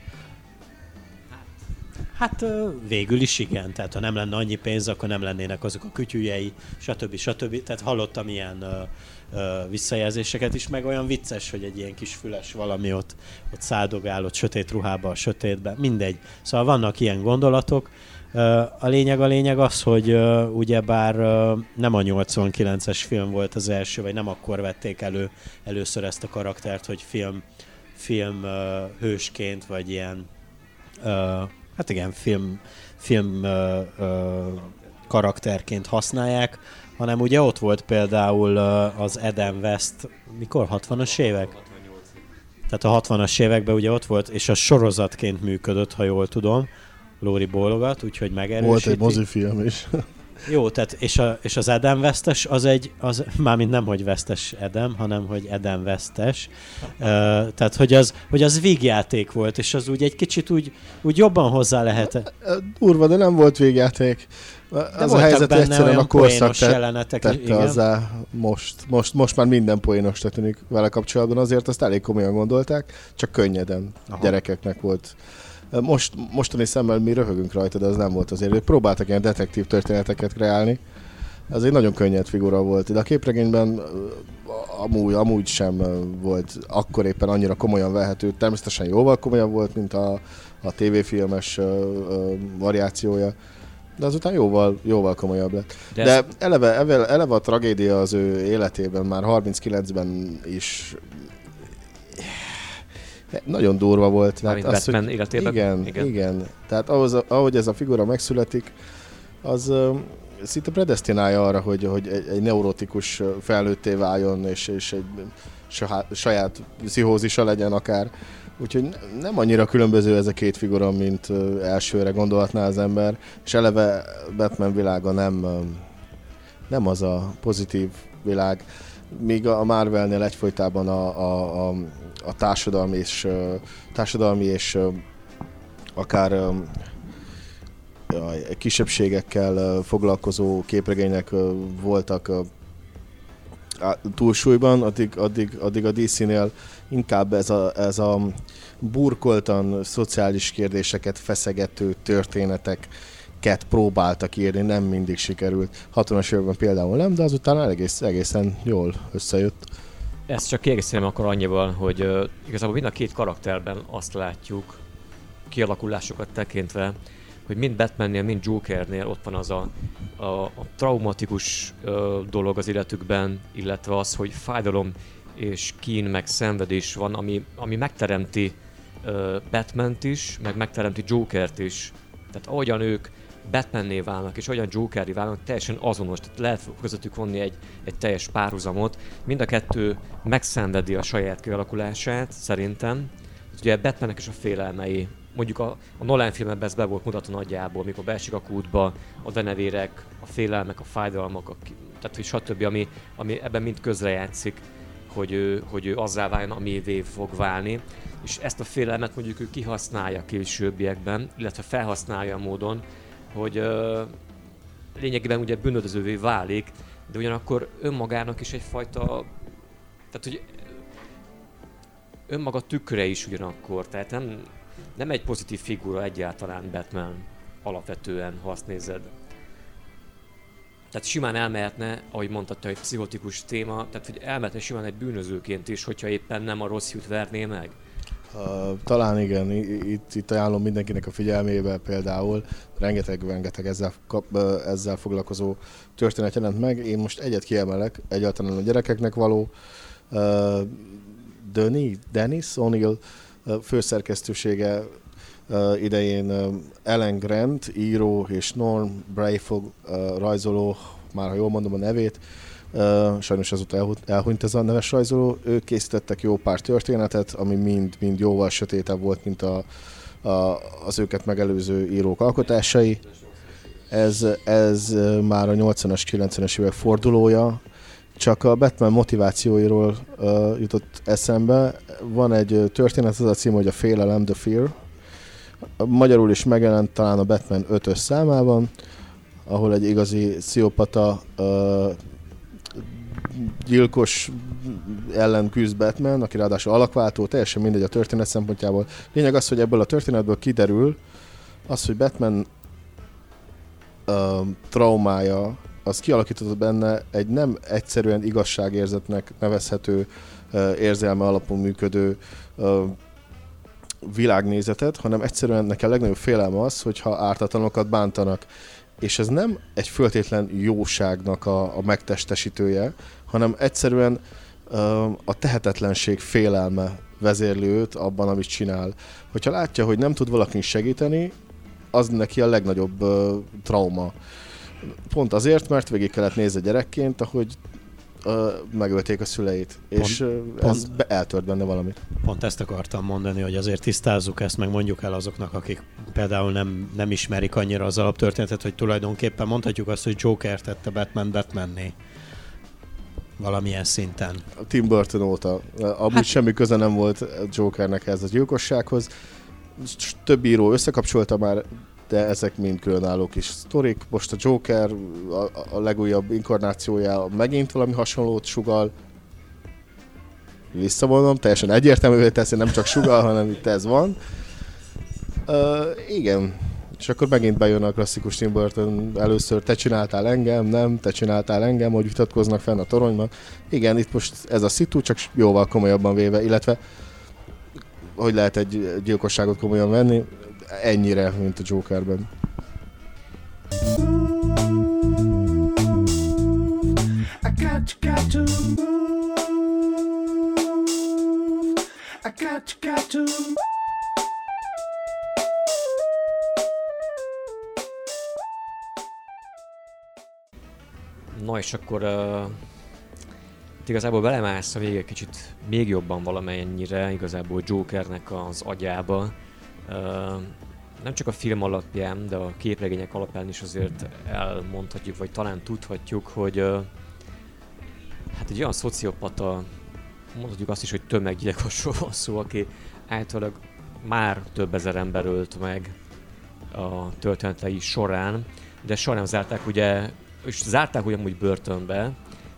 Hát uh, végül is igen, tehát ha nem lenne annyi pénz, akkor nem lennének azok a kütyüjei, stb. stb. Tehát hallottam ilyen uh, uh, visszajelzéseket is, meg olyan vicces, hogy egy ilyen kis füles valami ott, ott száldogál, ott sötét ruhába, a sötétben, mindegy. Szóval vannak ilyen gondolatok. A lényeg a lényeg az, hogy uh, ugyebár uh, nem a nyolcvankilences film volt az első, vagy nem akkor vették elő először ezt a karaktert, hogy film, film uh, hősként, vagy ilyen, uh, hát igen, film, film uh, uh, karakterként használják, hanem ugye ott volt például uh, az Adam West, mikor? hatvanas évek? Tehát a hatvanas években ugye ott volt, és a sorozatként működött, ha jól tudom. Lóri bólogat, úgyhogy megerősíti. Volt egy mozifilm is. Jó, tehát és, a, és az Adam Westes az egy, az, mármint nem, hogy Westes Adam, hanem, hogy Adam Westes. Uh, tehát, hogy az, hogy az vígjáték volt, és az úgy egy kicsit úgy, úgy jobban hozzá lehet. Durva, de nem volt végjáték. Az a helyzet egyszerűen a korszak tette hozzá most. most. Most már minden poénos tűnik vele kapcsolatban, azért azt elég komolyan gondolták, csak könnyeden. Aha. Gyerekeknek volt. Most, mostani szemmel mi röhögünk rajta, de az nem volt azért. Ők próbáltak ilyen detektív történeteket kreálni. Ez egy nagyon könnyed figura volt. De a képregényben amúgy, amúgy sem volt akkor éppen annyira komolyan vehető. Természetesen jóval komolyabb volt, mint a, a tévéfilmes uh, uh, variációja. De azután jóval, jóval komolyabb lett. De, de eleve, eleve, eleve a tragédia az ő életében már harminckilencben is nagyon durva volt. Tehát az, Batman hogy életében? Igen, igen. igen. Tehát ahhoz, ahogy ez a figura megszületik, az uh, szinte predesztinálja arra, hogy, hogy egy, egy neurotikus felnőtté váljon, és, és egy saját, saját pszichózisa legyen akár. Úgyhogy ne- nem annyira különböző ez a két figura, mint ö, elsőre gondolhatná az ember, és eleve Batman világa nem, ö, nem az a pozitív világ, míg a Marvelnél egyfolytában a, a, a, a társadalmi és, ö, társadalmi és ö, akár ö, jaj, kisebbségekkel ö, foglalkozó képregények ö, voltak ö, á- túlsúlyban, addig, addig, addig a dé cé-nél inkább ez a, ez a burkoltan szociális kérdéseket feszegető történeteket próbáltak írni, nem mindig sikerült. hatvanas években például nem, de azután egész, egészen jól összejött. Ezt csak kiegészítem akkor annyival, hogy uh, igazából mind a két karakterben azt látjuk, kialakulásokat tekintve, hogy mind Batmannél, mind Jokernél ott van az a, a, a traumatikus uh, dolog az életükben, illetve az, hogy fájdalom és kín, meg szenvedés van, ami, ami megteremti uh, Batmant is, meg megteremti Jokert is. Tehát ahogyan ők Batmanné válnak, és ahogyan Jokerré válnak, teljesen azonos, tehát lehet közöttük vonni egy, egy teljes párhuzamot. Mind a kettő megszenvedi a saját kialakulását, szerintem. Ugye Batmannek is a félelmei. Mondjuk a, a Nolan filmben ez be volt mutatva nagyjából, mikor beesik a kútba, a denevérek, a félelmek, a fájdalmak, a, tehát hogy stb., ami, ami ebben mind közrejátszik, hogy ő, hogy ő azzá váljon, amivé fog válni. És ezt a félelmet mondjuk ő kihasználja későbbiekben, illetve felhasználja a módon, hogy ö, lényegében ugye bűnöldözővé válik, de ugyanakkor önmagának is egyfajta, tehát hogy önmaga tükre is ugyanakkor, tehát nem, nem egy pozitív figura egyáltalán Batman alapvetően, ha azt nézed. Tehát simán elmehetne, ahogy mondtad, egy pszichotikus téma, tehát hogy elmehetne simán egy bűnözőként is, hogyha éppen nem a rossz jut verné meg. Uh, talán igen, itt, itt ajánlom mindenkinek a figyelmébe például, rengeteg-rengeteg ezzel, kap, ezzel foglalkozó történet jelent meg. Én most egyet kiemelek, egyáltalán a gyerekeknek való. Uh, Denis, Dennis O'Neill uh, főszerkesztősége uh, idején uh, Alan Grant, író, és Norm Breyfogle uh, rajzoló, már ha jól mondom a nevét, Uh, sajnos azóta elhunyt ez a neves rajzoló. Ők készítettek jó pár történetet, ami mind, mind jóval sötétebb volt, mint a, a, az őket megelőző írók alkotásai. Ez, ez már a nyolcvanas, kilencvenes évek fordulója. Csak a Batman motivációiról uh, jutott eszembe. Van egy történet, az a cím, hogy a Félelem, The Fear. Magyarul is megjelent talán a Batman ötös számában, ahol egy igazi pszichopata uh, gyilkos ellen küzd Batman, aki ráadásul alakváltó, teljesen mindegy a történet szempontjából. Lényeg az, hogy ebből a történetből kiderül az, hogy Batman uh, traumája, az kialakított benne egy nem egyszerűen igazságérzetnek nevezhető, uh, érzelme alapon működő uh, világnézetet, hanem egyszerűen neki a legnagyobb félelme az, hogyha ártatlanokat bántanak. És ez nem egy föltétlen jóságnak a, a megtestesítője, hanem egyszerűen uh, a tehetetlenség félelme vezérli őt abban, amit csinál. Hogyha látja, hogy nem tud valakin segíteni, az neki a legnagyobb uh, trauma. Pont azért, mert végig kellett nézni gyerekként, ahogy uh, megölték a szüleit, pont, és uh, ez pont, eltört benne valamit. Pont ezt akartam mondani, hogy azért tisztázzuk ezt, meg mondjuk el azoknak, akik például nem, nem ismerik annyira az alaptörténetet, hogy tulajdonképpen mondhatjuk azt, hogy Joker tette Batman Batmanné. Valamilyen szinten. Tim Burton óta. Amúgy hát, semmi köze nem volt Jokernek ez a gyilkossághoz. Több író összekapcsolta már, de ezek mind különálló kis sztorik. Most a Joker, a, a legújabb inkarnációja megint valami hasonlót sugall. Visszavonom, teljesen egyértelművé teszi, nem csak sugall, hanem itt ez van. Uh, igen. És akkor megint bejön a klasszikus Tim Burton, először te csináltál engem, nem, te csináltál engem, hogy vitatkoznak fenn a toronyban. Igen, itt most ez a szitu, csak jóval komolyabban véve, illetve hogy lehet egy gyilkosságot komolyan venni, ennyire, mint a Jokerben. I got you, got to move. I got you, got to Na és akkor uh, igazából belemászva még egy kicsit még jobban valamennyire igazából Jokernek az agyába. Nem csak a film alapján, de a képregények alapján is azért elmondhatjuk, vagy talán tudhatjuk, hogy hát egy olyan szociopata, mondhatjuk azt is, hogy tömeggyilkosról van szó, aki általában már több ezer ember ölt meg a történetei során, de soha nem zárták ugye, és zárták ugye amúgy börtönbe,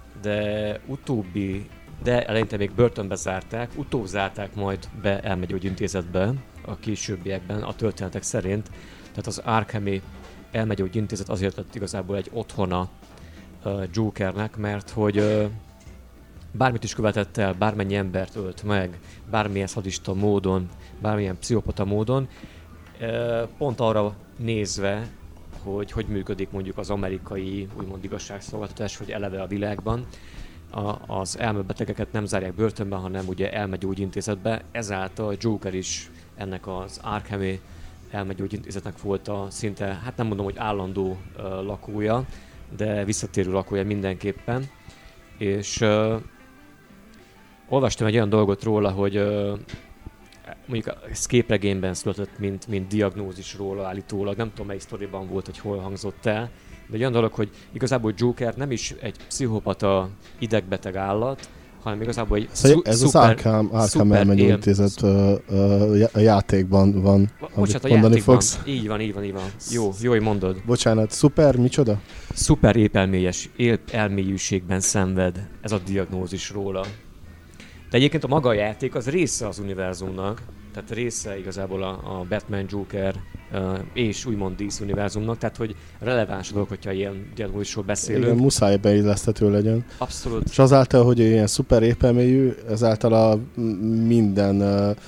de utóbbi, de eleinte még börtönbe zárták, utóbb zárták majd be elmegyógyintézetbe a későbbiekben a történetek szerint. Tehát az Arkhami elmegyógyintézet azért lett igazából egy otthona uh, Jokernek, mert hogy uh, bármit is követett el, bármennyi embert ölt meg, bármilyen szadista módon, bármilyen pszichopata módon, uh, pont arra nézve, hogy hogy működik mondjuk az amerikai úgymond igazságszolgáltatás, hogy eleve a világban a, az elmebetegeket nem zárják börtönbe, hanem ugye elmegyógyintézetbe. Ezáltal Joker is ennek az Arkhami elmegyógyintézetnek volt a szinte, hát nem mondom, hogy állandó uh, lakója, de visszatérő lakója mindenképpen. És uh, olvastam egy olyan dolgot róla, hogy uh, mondjuk ez képregényben született, mint, mint diagnózis róla állítólag, nem tudom melyik sztoriban volt, hogy hol hangzott el, de egy olyan dolog, hogy igazából Joker nem is egy pszichopata idegbeteg állat, hanem igazából egy szóval szu- ez szuper, az Arkham, Arkham elmegyógyintézet a játékban van, bocsánat, a mondani játékban. fogsz. Így van, így van, így van. Jó, jó, hogy mondod. Bocsánat, szuper, micsoda? Szuper épelmélyes, elmélyűségben szenved, ez a diagnózis róla. De egyébként a maga a játék az része az univerzumnak, tehát része igazából a, a Batman, Joker uh, és úgymond dé cé univerzumnak, tehát hogy releváns dolog, hogyha ilyen diagnózisról beszélünk. Igen, muszáj beilleszthető legyen. Abszolút. És azáltal, hogy ilyen szuper épelmélyű, ezáltal a minden,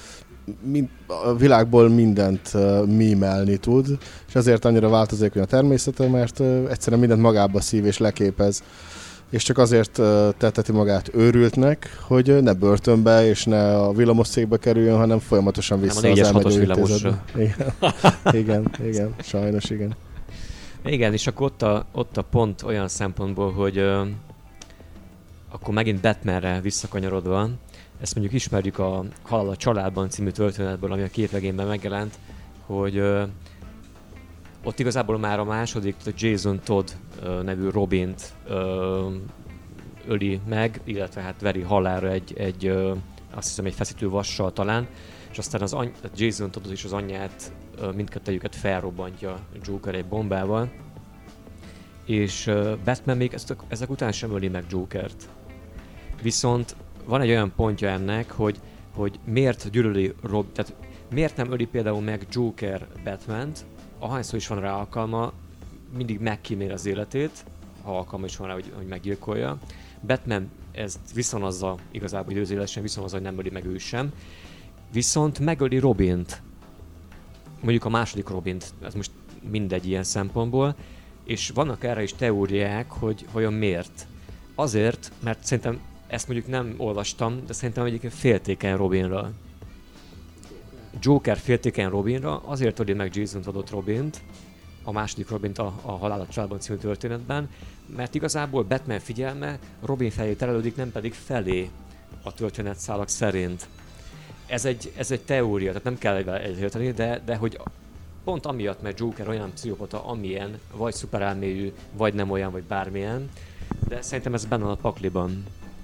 mind, a világból mindent mímelni tud, és ezért annyira változékony a természete, mert egyszerűen mindent magába szív és leképez. És csak azért tetteti magát őrültnek, hogy ne börtönbe és ne a villamoscégbe kerüljön, hanem folyamatosan vissza nem, az elmegyógyintézetbe. Igen. igen, igen, sajnos igen. Igen, és akkor ott a, ott a pont olyan szempontból, hogy uh, akkor megint Batmanre visszakanyarodva, ezt mondjuk ismerjük a Halál a családban című történetből, ami a képregényben megjelent, hogy uh, ott igazából már a második, a Jason Todd uh, nevű Robint uh, öli meg, illetve hát veri halálra egy, egy uh, azt hiszem egy feszítő vassal talán, és aztán az any- Jason Toddot és az anyját, uh, mindkettőjüket felrobbantja Joker egy bombával, és uh, Batman még ezt, ezek után sem öli meg Jokert. Viszont van egy olyan pontja ennek, hogy, hogy miért gyűlöli Rob, tehát miért nem öli például meg Joker Batmant, ahányszor is van rá alkalma, mindig megkímél az életét, ha alkalma is van rá, hogy, hogy meggyilkolja. Batman ezt viszonozza, igazából időzélesen viszonozza, hogy nem öli meg ő sem. Viszont megöli Robint. Mondjuk a második Robint, ez most mindegy ilyen szempontból. És vannak erre is teóriák, hogy vajon miért. Azért, mert szerintem ezt mondjuk nem olvastam, de szerintem egyébként féltékeny Robinra. Joker féltékeny Robinra, azért öli meg Jason Toddot Robint, a második Robint a, a Halál a családban című történetben, mert igazából Batman figyelme Robin felé terelődik, nem pedig felé a történetszálak szerint. Ez egy, ez egy teória, tehát nem kell vele egyérteni, de, de hogy pont amiatt, mert Joker olyan pszichopata, amilyen, vagy szuperelmélyű, vagy nem olyan, vagy bármilyen, de szerintem ez benne van a pakliban.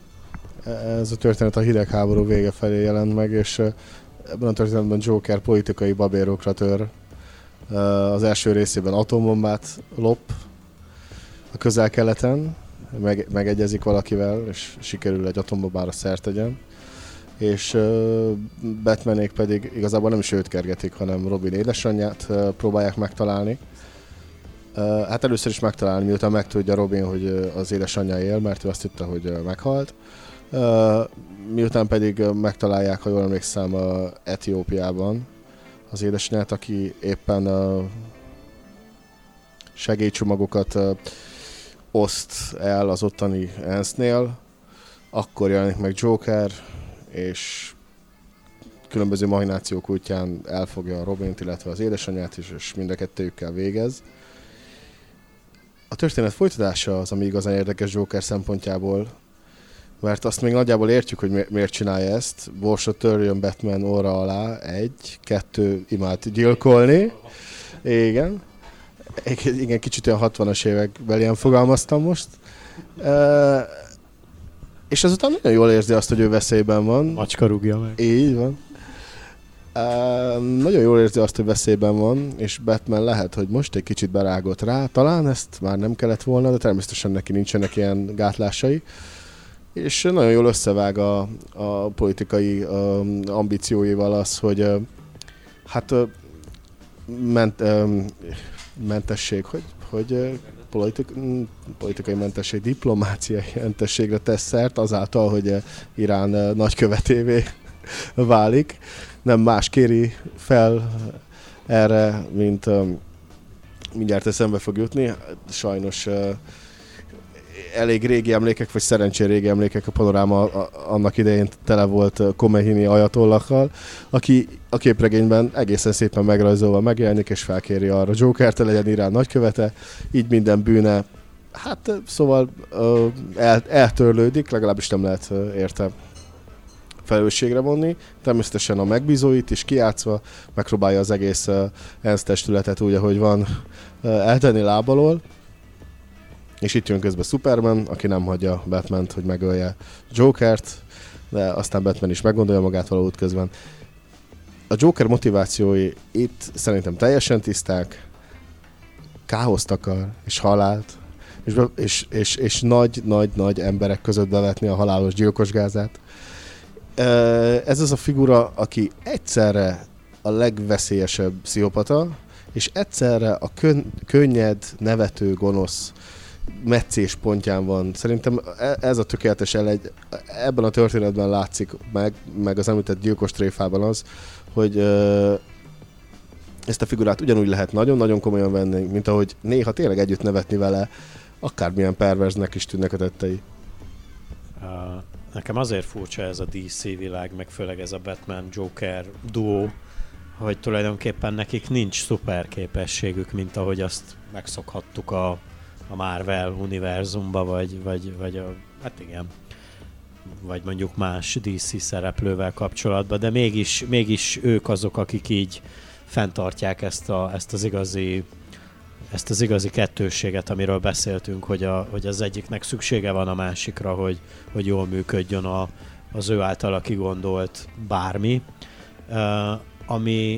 Ez a történet a hidegháború vége felé jelent meg, és ebben a történetben Joker politikai babérokra tör. Az első részében atombombát lop a közel-keleten, meg, megegyezik valakivel, és sikerül egy atombombára szert tegyen. És Batmanék pedig igazából nem is őt kergetik, hanem Robin édesanyját próbálják megtalálni. Hát először is megtalálni, miután megtudja Robin, hogy az édesanyja él, mert ő azt hitte, hogy meghalt. Miután pedig megtalálják, ha jól emlékszem, Etiópiában az édesanyját, aki éppen segélycsomagokat oszt el az ottani ENSZ-nél, akkor jelenik meg Joker, és különböző machinációk útján elfogja Robint, illetve az édesanyját is, és mind a kettőjükkel végez. A történet folytatása az, ami igazán érdekes Joker szempontjából, mert azt még nagyjából értjük, hogy mi- miért csinálja ezt. Borsot törjön Batman orra alá, egy, kettő, imád gyilkolni. Igen. Igen, kicsit olyan hatvanas években fogalmaztam most. E, és azután nagyon jól érzi azt, hogy ő veszélyben van. Macska rúgja meg. Így van. Uh, nagyon jól érzi azt, hogy veszélyben van, és Batman lehet, hogy most egy kicsit berágott rá. Talán ezt már nem kellett volna, de természetesen neki nincsenek ilyen gátlásai. És nagyon jól összevág a, a politikai uh, ambícióival az, hogy uh, hát uh, ment, um, mentesség, hogy, hogy uh, politik, politikai mentesség, diplomáciai mentességre tesz szert azáltal, hogy uh, Irán uh, nagykövetévé válik. Nem más kéri fel erre, mint um, mindjárt eszembe fog jutni. Sajnos uh, elég régi emlékek, vagy szerencsére régi emlékek, a Panoráma a, annak idején tele volt Khomeini ajatollakkal, aki a képregényben egészen szépen megrajzolva megjelenik, és felkéri arra Jokert, legyen Irán nagykövete, így minden bűne, hát szóval uh, el, eltörlődik, legalábbis nem lehet uh, érte felelősségre vonni. Természetesen a megbízóit is kijátszva megpróbálja az egész uh, ENSZ testületet úgy, ahogy van, uh, eltenni lábalól. És itt jön közben Superman, aki nem hagyja Batmant, hogy megölje Jokert, de aztán Batman is meggondolja magát valahol közben. A Joker motivációi itt szerintem teljesen tiszták, káoszt akar, és halált, és, be, és, és, és nagy, nagy, nagy emberek között bevetni a halálos gyilkosgázát. Ez az a figura, aki egyszerre a legveszélyesebb pszichopata, és egyszerre a kön, könnyed, nevető, gonosz meccés pontján van. Szerintem ez a tökéletes elegy. Ebben a történetben látszik meg, meg az említett gyilkos tréfában az, hogy uh, ezt a figurát ugyanúgy lehet nagyon-nagyon komolyan venni, mint ahogy néha tényleg együtt nevetni vele, akármilyen perverznek is tűnnek a tettei. Uh, nekem azért furcsa ez a dé cé világ, meg főleg ez a Batman-Joker duó, hogy tulajdonképpen nekik nincs szuper képességük, mint ahogy azt megszokhattuk a, a Marvel univerzumba, vagy, vagy, vagy a, hát igen, vagy mondjuk más dé cé szereplővel kapcsolatban, de mégis, mégis ők azok, akik így fenntartják ezt, a, ezt az igazi ezt az igazi kettősséget, amiről beszéltünk, hogy, a, hogy az egyiknek szüksége van a másikra, hogy, hogy jól működjön a, az ő általa kigondolt bármi. Uh, ami,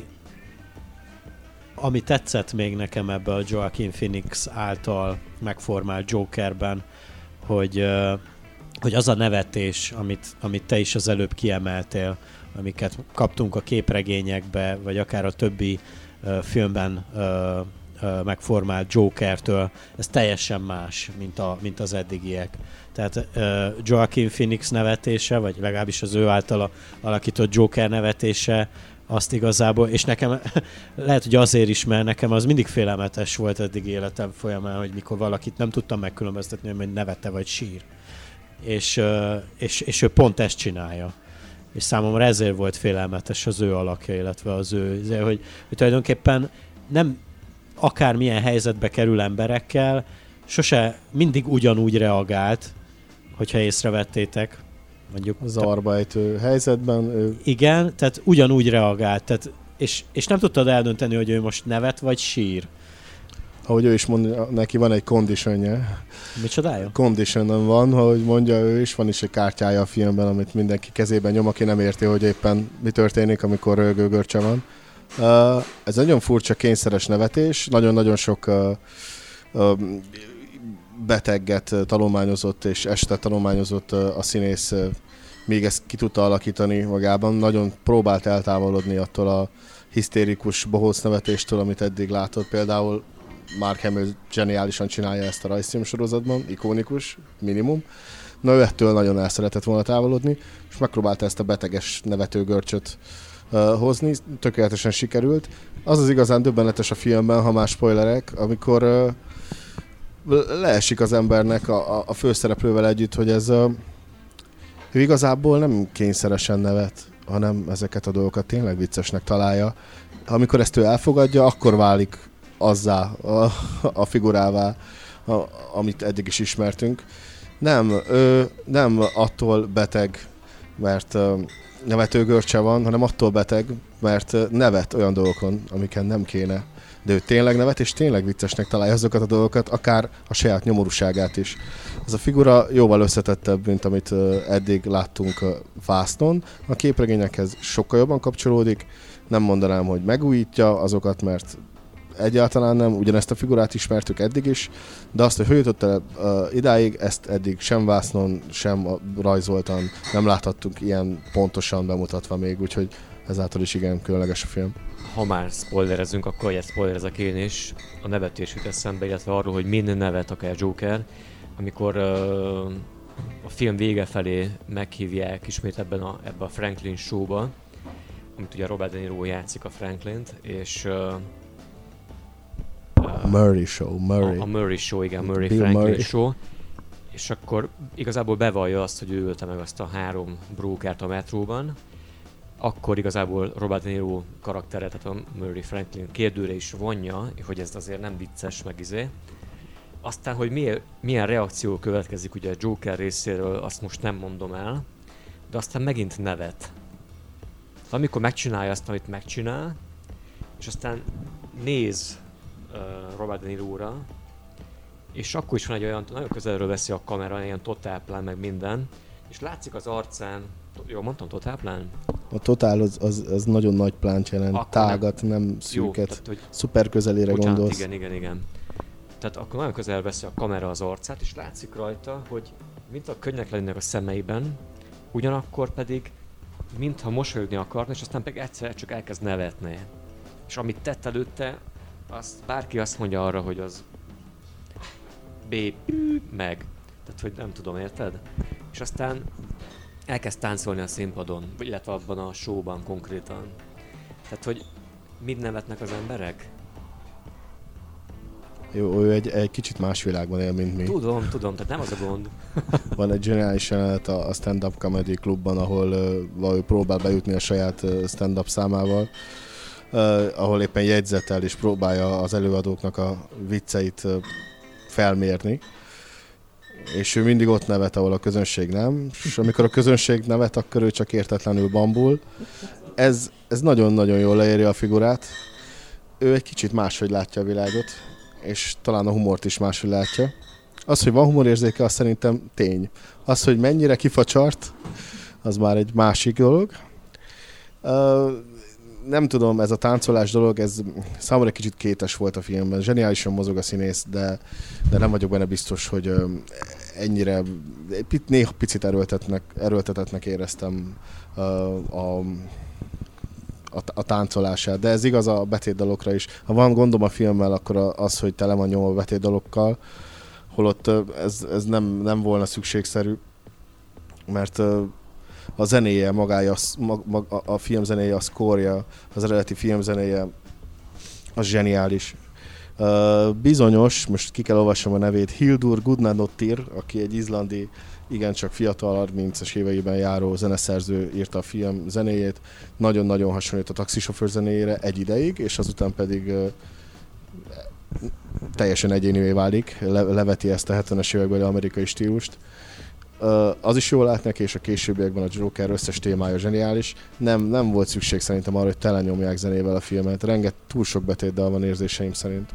ami tetszett még nekem ebbe a Joaquin Phoenix által megformált Jokerben, hogy, uh, hogy az a nevetés, amit, amit te is az előbb kiemeltél, amiket kaptunk a képregényekbe, vagy akár a többi uh, filmben uh, megformált Jokertől, ez teljesen más, mint, a, mint az eddigiek. Tehát uh, Joaquin Phoenix nevetése, vagy legalábbis az ő által alakított Joker nevetése, azt igazából, és nekem lehet, hogy azért is, mert nekem az mindig félelmetes volt eddig életem folyamán, hogy mikor valakit nem tudtam megkülönböztetni, hogy nevette vagy sír. És, uh, és, és ő pont ezt csinálja. És számomra ezért volt félelmetes az ő alakja, illetve az ő, hogy, hogy tulajdonképpen nem akármilyen helyzetbe kerül emberekkel, sose mindig ugyanúgy reagált, hogyha észrevettétek. Mondjuk zavarba ejtő helyzetben. Ő... Igen, tehát ugyanúgy reagált, tehát, és, és nem tudtad eldönteni, hogy ő most nevet vagy sír. Ahogy ő is mondja, neki van egy conditionje. Micsodája? Condition van, ahogy mondja ő is, van is egy kártyája a filmben, amit mindenki kezében nyom, aki nem érti, hogy éppen mi történik, amikor rögőgörcse van. Uh, ez nagyon furcsa kényszeres nevetés, nagyon-nagyon sok uh, uh, beteget tanulmányozott és este tanulmányozott uh, a színész, uh, még ezt ki tudta alakítani magában. Nagyon próbált eltávolodni attól a hisztérikus bohóc nevetéstől, amit eddig látott. Például Mark Hamill zseniálisan csinálja ezt a rajzfilm sorozatban, ikonikus, minimum. Na ő ettől nagyon el szeretett volna távolodni, és megpróbálta ezt a beteges nevetőgörcsöt Uh, hozni, tökéletesen sikerült. Az az igazán döbbenetes a filmben, ha más spoilerek, amikor uh, leesik az embernek a, a, a főszereplővel együtt, hogy ez uh, ő igazából nem kényszeresen nevet, hanem ezeket a dolgokat tényleg viccesnek találja. Amikor ezt ő elfogadja, akkor válik azzá a, a figurává, a, amit eddig is ismertünk. Nem, ö, nem attól beteg, mert ö, nevetőgörcse van, hanem attól beteg, mert ö, nevet olyan dolgokon, amiken nem kéne. De ő tényleg nevet, és tényleg viccesnek találja azokat a dolgokat, akár a saját nyomorúságát is. Ez a figura jóval összetettebb, mint amit ö, eddig láttunk a vásznon. A képregényekhez sokkal jobban kapcsolódik. Nem mondanám, hogy megújítja azokat, mert egyáltalán nem, ugyanezt a figurát ismertük eddig is, de azt, hogy hogy jutott el uh, idáig, ezt eddig sem vásznon, sem rajzoltan nem láthattuk ilyen pontosan bemutatva még, úgyhogy ezáltal is igen különleges a film. Ha már spoilerezünk, akkor egy spoilerezek én is. A nevetés jut eszembe, illetve arról, hogy minden nevet akár Joker, amikor uh, a film vége felé meghívják ismét ebben a, ebben a Franklin show-ba, amit ugye Robert De Niro játszik a Franklint, és uh, Murray Show, Murray. A, a Murray Show, igen, Murray Bill Franklin Murray. Show. És akkor igazából bevallja azt, hogy ő ölte meg azt a három brókert a metróban. Akkor igazából Robert De Niro karaktere, tehát a Murray Franklin kérdőre is vonja, hogy ez azért nem vicces, meg izé. Aztán, hogy milyen, milyen reakció következik ugye a Joker részéről, azt most nem mondom el, de aztán megint nevet. Amikor megcsinálja azt, amit megcsinál, és aztán néz uh, Robert De Niro-ra, és akkor is van egy olyan, nagyon közelről veszi a kamera, ilyen totálplán, meg minden, és látszik az arcán, jól mondtam, totálplán? A totál az, az, az nagyon nagy plánt jelent, Akkor tágat, nem, nem Jó, szűket. tehát, hogy Szuper közelére bocsánat, gondolsz. igen, igen, igen. Tehát akkor nagyon közel veszi a kamera az arcát, és látszik rajta, hogy mint a könnyek lennének a szemeiben, ugyanakkor pedig mintha mosolyogni akarna, és aztán pedig egyszer csak elkezd nevetni. És amit tett előtte, azt bárki azt mondja arra, hogy az B meg. Tehát, hogy nem tudom, érted? És aztán elkezd táncolni a színpadon, vagy illetve abban a showban konkrétan. Tehát, hogy mind nevetnek az emberek? Jó, ő egy, egy kicsit más világban él, mint mi. Tudom, tudom, tehát nem az a gond. Van egy zseniális jelenet a stand-up comedy klubban, ahol uh, próbál bejutni a saját uh, stand-up számával, uh, ahol éppen jegyzetel és próbálja az előadóknak a vicceit uh, felmérni. És ő mindig ott nevet, ahol a közönség nem, és amikor a közönség nevet, akkor ő csak értetlenül bambul. Ez, ez nagyon-nagyon jól leírja a figurát. Ő egy kicsit máshogy látja a világot, és talán a humort is máshogy látja. Az, hogy van humorérzéke, az szerintem tény. Az, hogy mennyire kifacsart, az már egy másik dolog. Uh, nem tudom, ez a táncolás dolog, ez számomra egy kicsit kétes volt a filmben. Zseniálisan mozog a színész, de, de nem vagyok benne biztos, hogy uh, ennyire, néha picit erőltetnek, erőltetetnek éreztem uh, a, a, a táncolását. De ez igaz a betétdalokra is. Ha van gondom a filmmel, akkor az, hogy tele van nyomva betétdalokkal, holott ez, ez nem, nem volna szükségszerű, mert a zenéje, magája, mag, mag, a film zenéje, a szkórja, az eredeti film zenéje, az zseniális. Uh, bizonyos, most ki kell olvassam a nevét, Hildur Guðnadóttir, aki egy izlandi, igencsak fiatal, harmincas éveiben járó zeneszerző, írta a film zenéjét. Nagyon-nagyon hasonlít a taxisofőr zenéjére egy ideig, és azután pedig uh, teljesen egyénivé válik, le, leveti ezt a hetvenes évekbeli amerikai stílust. Uh, az is jól lát neki, és a későbbiekben a Joker összes témája zseniális. Nem, nem volt szükség szerintem arra, hogy telenyomják zenével a filmet. Renget, túl sok betétdal van érzéseim szerint.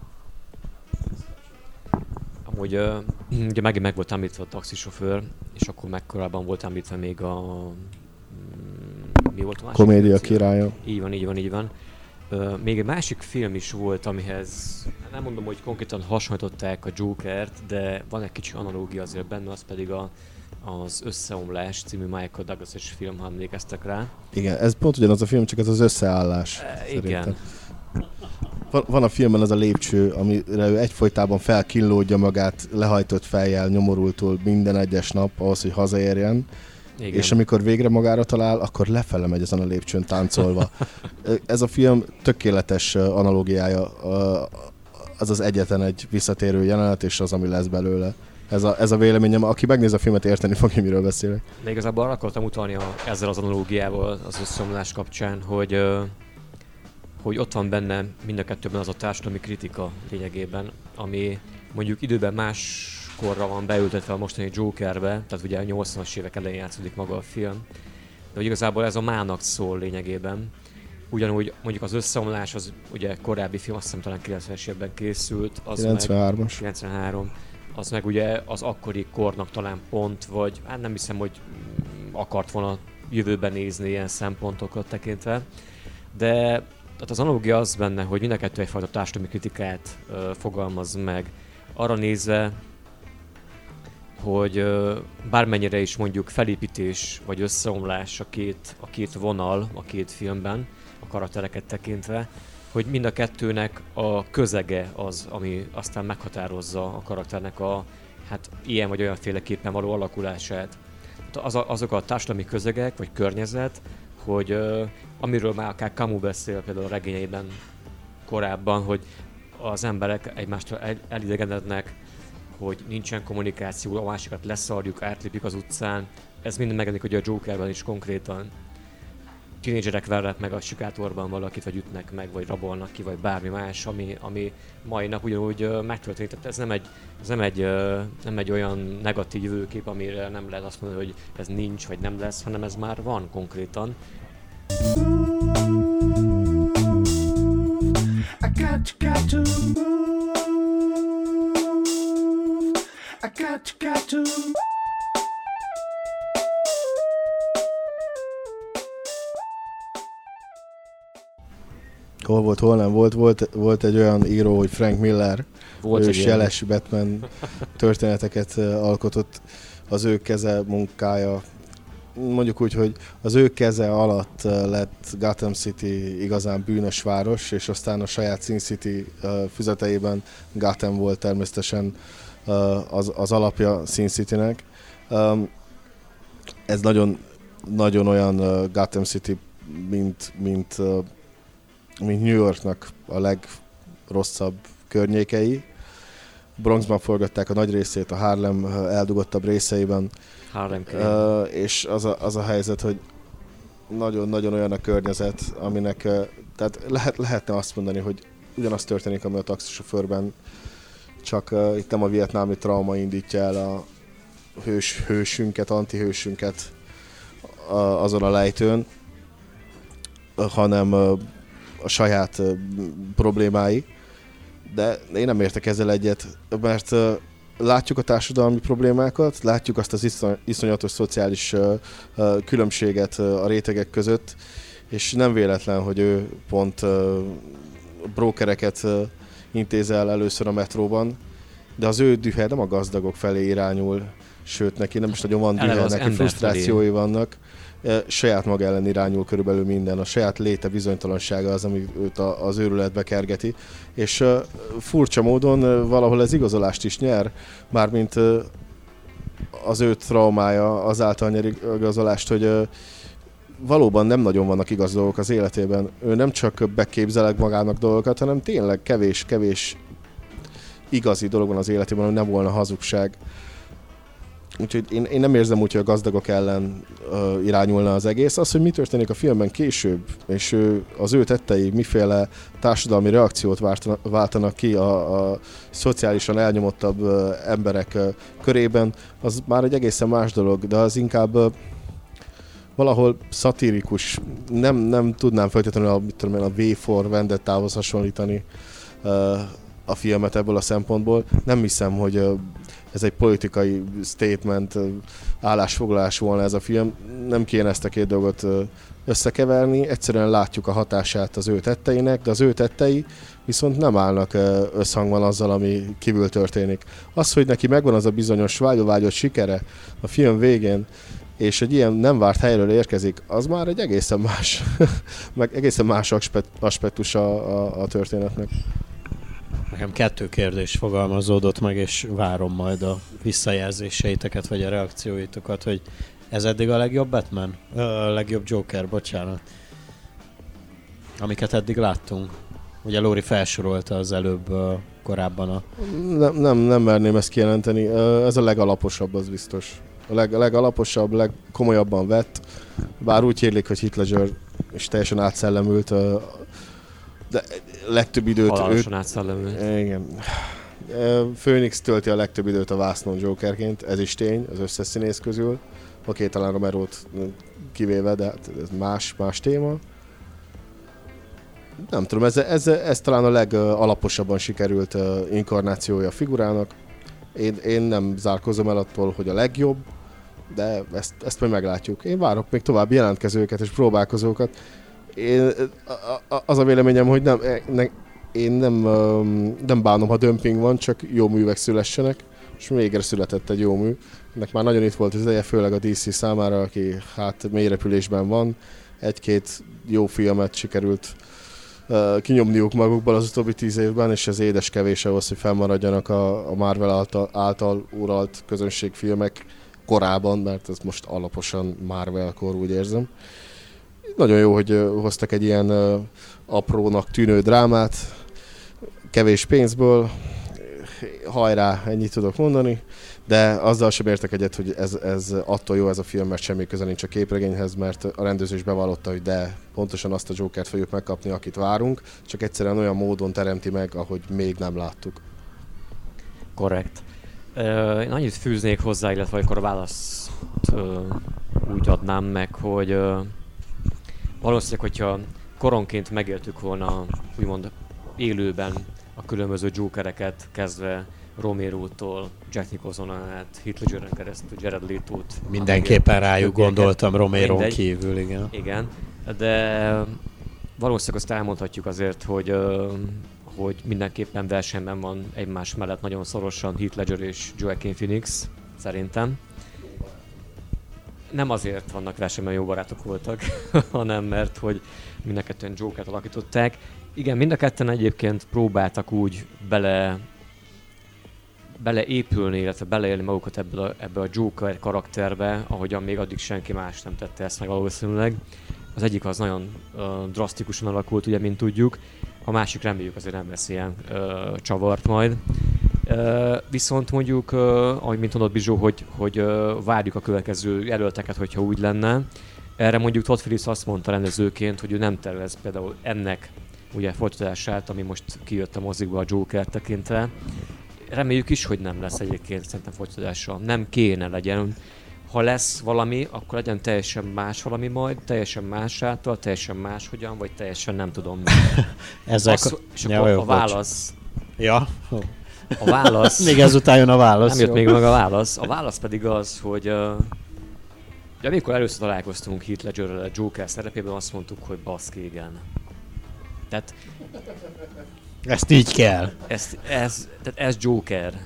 Amúgy uh, ugye megint meg volt említve a taxisofőr, és akkor meg korábban volt említve még a... Mm, mi volt a másik? Komédia királya. Így van, így van, így van. Uh, még egy másik film is volt, amihez nem mondom, hogy konkrétan hasonlították a Jokert, de van egy kicsi analógia azért benne, az pedig a, az Összeomlás című Michael Douglas-es film, ha emlékeztek rá. Igen, ez pont ugyanaz a film, csak ez az összeállás. Uh, szerintem. igen. Van, van a filmben az a lépcső, amire ő egyfolytában felkínlódja magát, lehajtott fejjel, nyomorultul minden egyes nap ahhoz, hogy hazaérjen. Igen. És amikor végre magára talál, akkor lefele megy ezen a lépcsőn táncolva. Ez a film tökéletes analógiája, az az egyetlen egy visszatérő jelenet, és az, ami lesz belőle. Ez a, ez a véleményem, aki megnéz a filmet, érteni fogja, miről beszélek. De igazából arra akartam utalni a, ezzel az analógiával az Összeomlás kapcsán, hogy, hogy ott van benne mind a kettőben az a társadalmi kritika lényegében, ami mondjuk időben más korra van beültetve a mostani Jokerbe, tehát ugye a nyolcvanas évek elején játszódik maga a film. De hogy igazából ez a mának szól lényegében. Ugyanúgy mondjuk az összeomlás, az ugye korábbi film, azt hiszem talán kilencvenes évben készült. Az kilencvenhármas. Meg, kilencvenhárom. Az meg ugye az akkori kornak talán pont, vagy hát nem hiszem, hogy akart volna jövőben nézni ilyen szempontokat tekintve. De tehát az analógia az benne, hogy mind a kettő egyfajta társadalmi kritikát ö, fogalmaz meg. Arra nézve, hogy ö, bármennyire is mondjuk felépítés vagy összeomlás a két, a két vonal a két filmben, a karaktereket tekintve, hogy mind a kettőnek a közege az, ami aztán meghatározza a karakternek a hát ilyen vagy olyanféleképpen való alakulását. Az a, azok a társadalmi közegek vagy környezet, hogy uh, amiről már akár Camus beszél például a regényeiben korábban, hogy az emberek egymástól el, elidegenednek, hogy nincsen kommunikáció, a másikat leszarjuk, átlépjük az utcán. Ez mind megjelenik ugye a Jokerben is konkrétan. Tínédzserek vernek meg a sikátorban valakit, vagy ütnek meg, vagy rabolnak ki, vagy bármi más, ami, ami mai nap ugyanúgy uh, megtörténik. Tehát ez nem egy, ez nem egy, uh, nem egy olyan negatív jövőkép, amire nem lehet azt mondani, hogy ez nincs, vagy nem lesz, hanem ez már van konkrétan. I got you, got to move. I got you, got to. Hol volt, hol nem volt, volt, volt egy olyan író, hogy Frank Miller, Volt ő egy is ilyen. jeles Batman történeteket uh, alkotott, az ő keze munkája. Mondjuk úgy, hogy az ő keze alatt uh, lett Gotham City igazán bűnös város, és aztán a saját Sin City uh, füzeteiben Gotham volt természetesen uh, az, az alapja Sin Citynek. Um, ez nagyon, nagyon olyan uh, Gotham City, mint, mint uh, mint New Yorknak a legrosszabb környékei. Bronxban forgatták a nagy részét, a Harlem eldugottabb részeiben. Harlem uh, és az a, az a helyzet, hogy nagyon-nagyon olyan a környezet, aminek, uh, tehát lehet, lehetne azt mondani, hogy ugyanaz történik, ami a taxisofőrben, csak uh, itt nem a vietnámi trauma indítja el a hős, hősünket, antihősünket uh, azon a lejtőn, uh, hanem uh, a saját uh, problémái, de én nem értek ezzel egyet, mert uh, látjuk a társadalmi problémákat, látjuk azt az iszony, iszonyatos szociális uh, uh, különbséget uh, a rétegek között, és nem véletlen, hogy ő pont uh, brókereket uh, intézel először a metróban, de az ő dühe nem a gazdagok felé irányul, sőt neki nem is nagyon van dühe, neki frusztrációi vannak. Saját maga ellen irányul körülbelül minden, a saját léte bizonytalansága az, ami őt az őrületbe kergeti, és uh, furcsa módon uh, valahol ez igazolást is nyer, mármint uh, az ő traumája azáltal nyer igazolást, hogy uh, valóban nem nagyon vannak igaz dolgok az életében. Ő nem csak beképzeleg magának dolgokat, hanem tényleg kevés-kevés igazi dolog van az életében, hogy nem volna hazugság. Úgyhogy én, én nem érzem úgy, hogy a gazdagok ellen uh, irányulna az egész. Az, hogy mi történik a filmben később, és ő, az ő tettei miféle társadalmi reakciót váltanak, váltanak ki a, a szociálisan elnyomottabb uh, emberek uh, körében, az már egy egészen más dolog, de az inkább uh, valahol szatirikus. Nem, nem tudnám feltétlenül a, mit tudom én, a V for Vendettához hasonlítani uh, a filmet ebből a szempontból. Nem hiszem, hogy uh, ez egy politikai statement, állásfoglalás volna ez a film. Nem kéne ezt a két dolgot összekeverni, egyszerűen látjuk a hatását az ő tetteinek, de az ő tettei viszont nem állnak összhangban azzal, ami kívül történik. Az, hogy neki megvan az a bizonyos vágyott sikere a film végén, és egy ilyen nem várt helyről érkezik, az már egy egészen más, meg egészen más aspektus a, a, a történetnek. Nekem kettő kérdés fogalmazódott meg, és várom majd a visszajelzéseiteket, vagy a reakcióitokat, hogy ez eddig a legjobb Batman? A legjobb Joker, bocsánat. Amiket eddig láttunk. Ugye Lóri felsorolta az előbb uh, korábban a... Nem, nem, nem merném ezt kijelenteni. Ez a legalaposabb, az biztos. A, leg, a legalaposabb, legkomolyabban vett. Bár úgy hírlik, hogy Heath Ledger is teljesen átszellemült, de legtöbb időt... Halálosan átszellemült. Igen. Phoenix tölti a legtöbb időt a vásznon Jokerként, ez is tény, az összes színész közül. Oké, talán Romerót kivéve, de hát ez más, más téma. Nem tudom, ez, ez, ez talán a legalaposabban sikerült inkarnációja a figurának. Én, én nem zárkozom el attól, hogy a legjobb, de ezt, ezt majd meglátjuk. Én várok még további jelentkezőket és próbálkozókat. Én, az a véleményem, hogy nem, ne, én nem, nem bánom, ha dömping van, csak jó művek szülessenek, és végre született egy jó mű. Ennek már nagyon itt volt az ideje, főleg a dé cé számára, aki hát mélyrepülésben van. Egy-két jó filmet sikerült uh, kinyomniuk magukból az utóbbi tíz évben, és ez édes kevés ahhoz, hogy fennmaradjanak a, a Marvel által, által uralt közönségfilmek korában, mert ez most alaposan Marvel-kor, úgy érzem. Nagyon jó, hogy uh, hoztak egy ilyen uh, aprónak tűnő drámát, kevés pénzből, hajrá, ennyit tudok mondani, de azzal sem értek egyet, hogy ez, ez attól jó ez a film, mert semmi köze nincs a képregényhez, mert a rendező is bevallotta, hogy de pontosan azt a Jokert fogjuk megkapni, akit várunk, csak egyszerűen olyan módon teremti meg, ahogy még nem láttuk. Korrekt. Uh, én annyit fűznék hozzá, illetve akkor a választ uh, úgy adnám meg, hogy uh, valószínűleg, hogyha koronként megéltük volna úgymond élőben a különböző Jokereket, kezdve Romero-tól, Jack Nicholson át, Heath Ledgeren keresztül, Jared Leto-t. Mindenképpen rájuk gondoltam Romeron kívül, igen. Igen, de valószínűleg azt elmondhatjuk azért, hogy, hogy mindenképpen versenyben van egymás mellett nagyon szorosan Heath Ledger és Joaquin Phoenix, szerintem. Nem azért vannak versenyben, jó barátok voltak, hanem mert, hogy mind a ketten Jokert alakították. Igen, mind a ketten egyébként próbáltak úgy bele, beleépülni, illetve beleélni magukat ebbe a, ebbe a Joker karakterbe, ahogyan még addig senki más nem tette ezt meg valószínűleg. Az egyik az nagyon uh, drasztikusan alakult, ugye, mint tudjuk, a másik reméljük azért nem lesz ilyen uh, csavart majd. Uh, viszont mondjuk, uh, ahogy mint mondott Bizsó, hogy, hogy uh, várjuk a következő jelölteket, hogyha úgy lenne. Erre mondjuk Todd Phillips azt mondta rendezőként, hogy ő nem tervez például ennek ugye folytatását, ami most kijött a mozikba a Joker tekintve. Reméljük is, hogy nem lesz egyébként szerintem folytatása. Nem kéne legyen. Ha lesz valami, akkor legyen teljesen más valami majd, teljesen más által, teljesen máshogyan, vagy teljesen nem tudom. Ezek Azt, és ja, akkor jó, a válasz... Ja. A válasz... még ezután jön a válasz. Nem jött jó. még meg a válasz. A válasz pedig az, hogy... Uh, ugye amikor először találkoztunk Heath Ledgerrel a Joker szerepében, azt mondtuk, hogy baszki, igen. Tehát... Ezt így kell. Ez, ez, tehát ez Joker.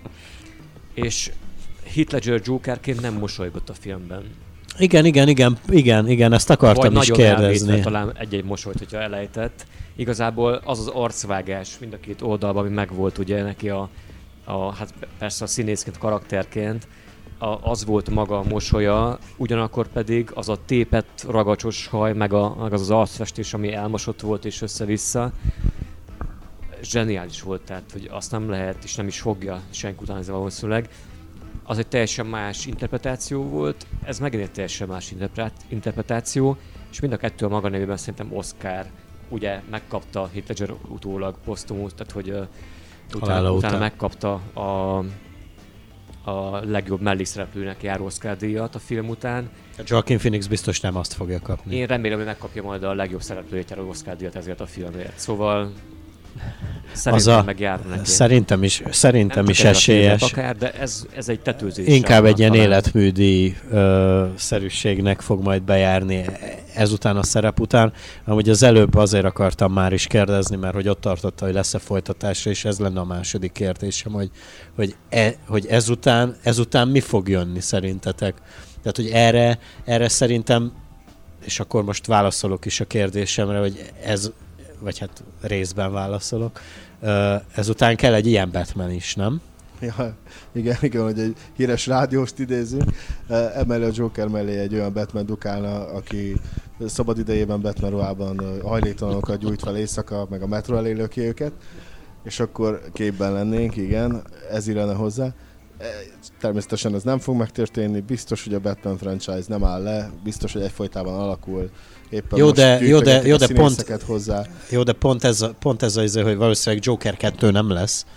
És Heath Ledger Jokerként nem mosolygott a filmben. Igen, igen, igen, igen, igen, ezt akartam Vagy is nagyon kérdezni. elvétve talán egy-egy mosolyt, hogyha elejtett. Igazából az az arcvágás mind a két oldalban, ami megvolt ugye neki a, a hát persze a színészként, karakterként, a, az volt maga a mosolya, ugyanakkor pedig az a tépett, ragacsos haj, meg, a, meg az az arcfestés, ami elmosott volt és össze-vissza, zseniális volt, tehát hogy azt nem lehet és nem is fogja senki utánozni valószínűleg. Az egy teljesen más interpretáció volt, ez megint egy teljesen más interpretáció, és mind a kettő a maga nevében szerintem Oscar, ugye megkapta Heath Ledger utólag posztumust, tehát hogy uh, utána, utána megkapta a, a legjobb mellékszereplőnek járó Oscar díjat a film után. A Joaquin Phoenix biztos nem azt fogja kapni. Én remélem, hogy megkapja majd a legjobb szereplőjét járó Oscar díjat ezért a filmért. Szóval szerintem a, megjárul neki. Szerintem is, szerintem is esélyes. Akár, de ez, ez egy tetőzés. Inkább egy ilyen életműdi ö, szerűségnek fog majd bejárni ezután a szerep után. Amúgy az előbb azért akartam már is kérdezni, mert hogy ott tartotta, hogy lesz-e folytatásra, és ez lenne a második kérdésem, hogy, hogy, e, hogy ezután, ezután mi fog jönni szerintetek? Tehát, hogy erre, erre szerintem, és akkor most válaszolok is a kérdésemre, hogy ez, vagy hát részben válaszolok, ezután kell egy ilyen Batman is, nem? Ja, igen, igen, hogy egy híres rádióst idézünk. Emellé a Joker mellé egy olyan Batman dukálna, aki szabad idejében Batman ruhában hajléktalanokat gyújt fel éjszaka, meg a metró elé ki őket, és akkor képben lennénk, igen, ez illene hozzá. Természetesen ez nem fog megtörténni, biztos, hogy a Batman franchise nem áll le, biztos, hogy egyfolytában alakul. Éppen jó, de, jó, de, jó, de pont, hozzá. Jó, de pont ez, pont ez az, hogy valószínűleg Joker kettő nem lesz.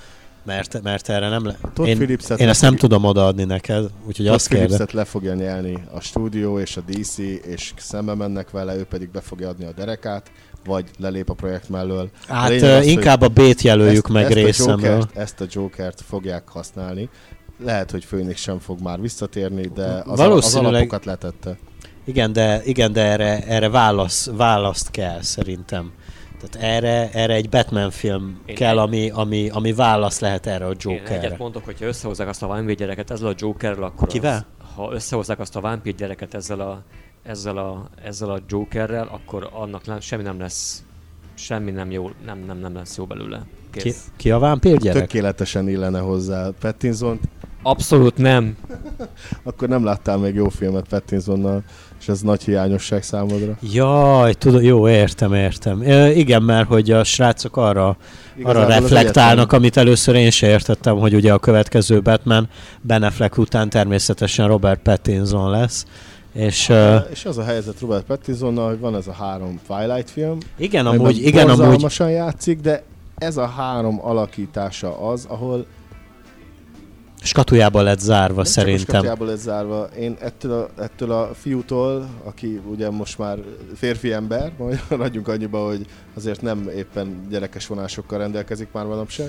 Mert, mert erre nem le... Todd Én, Phillipset én ezt nem fogja- tudom odaadni neked, úgyhogy Todd azt kérdez. Phillipset le fogja nyelni a stúdió és a dé cé, és szembe mennek vele, ő pedig be fogja adni a derekát, vagy lelép a projekt mellől. A Hát lényeg uh, az, inkább a B-t jelöljük ezt, meg ezt részemről. A Jokert, ezt a Jokert fogják használni. Lehet, hogy Phoenix sem fog már visszatérni, de az, Valószínűleg- az alapokat letette. Igen, de, igen, de erre, erre válasz, választ kell szerintem. Tehát erre, erre egy Batman film Én kell, egy- ami, ami, ami válasz lehet erre a Én egyet Jokerre. mondok, hogyha összehozzák azt a vámpír gyereket ezzel a Jokerrel, akkor Kivel? Az, ha összehozzák azt a vámpír gyereket ezzel a, ezzel a, ezzel a Jokerrel, akkor annak nem, semmi nem lesz, semmi nem jó, nem, nem, nem lesz jó belőle. Ki, Kész. ki a vámpír gyerek? Tökéletesen illene hozzá Pattinson. Abszolút nem. Akkor nem láttál még jó filmet Pattinsonnal, és ez nagy hiányosság számodra. Jaj, tudom, jó, értem, értem. E, igen, mert hogy a srácok arra, Igazából arra az reflektálnak, egyetlen- amit először én se értettem, hogy ugye a következő Batman Ben Affleck után természetesen Robert Pattinson lesz. És uh, És az a helyzet Robert Pattinsonnal, hogy van ez a három Twilight film, igen, amiben amúgy, igen, amúgy, borzalmasan játszik, de ez a három alakítása az, ahol skatujába lett zárva nem szerintem. csak a skatujából lesz zárva. Én ettől a, ettől a fiútól, aki ugye most már férfi ember, majd ragyjunk annyiba, hogy azért nem éppen gyerekes vonásokkal rendelkezik már manapság.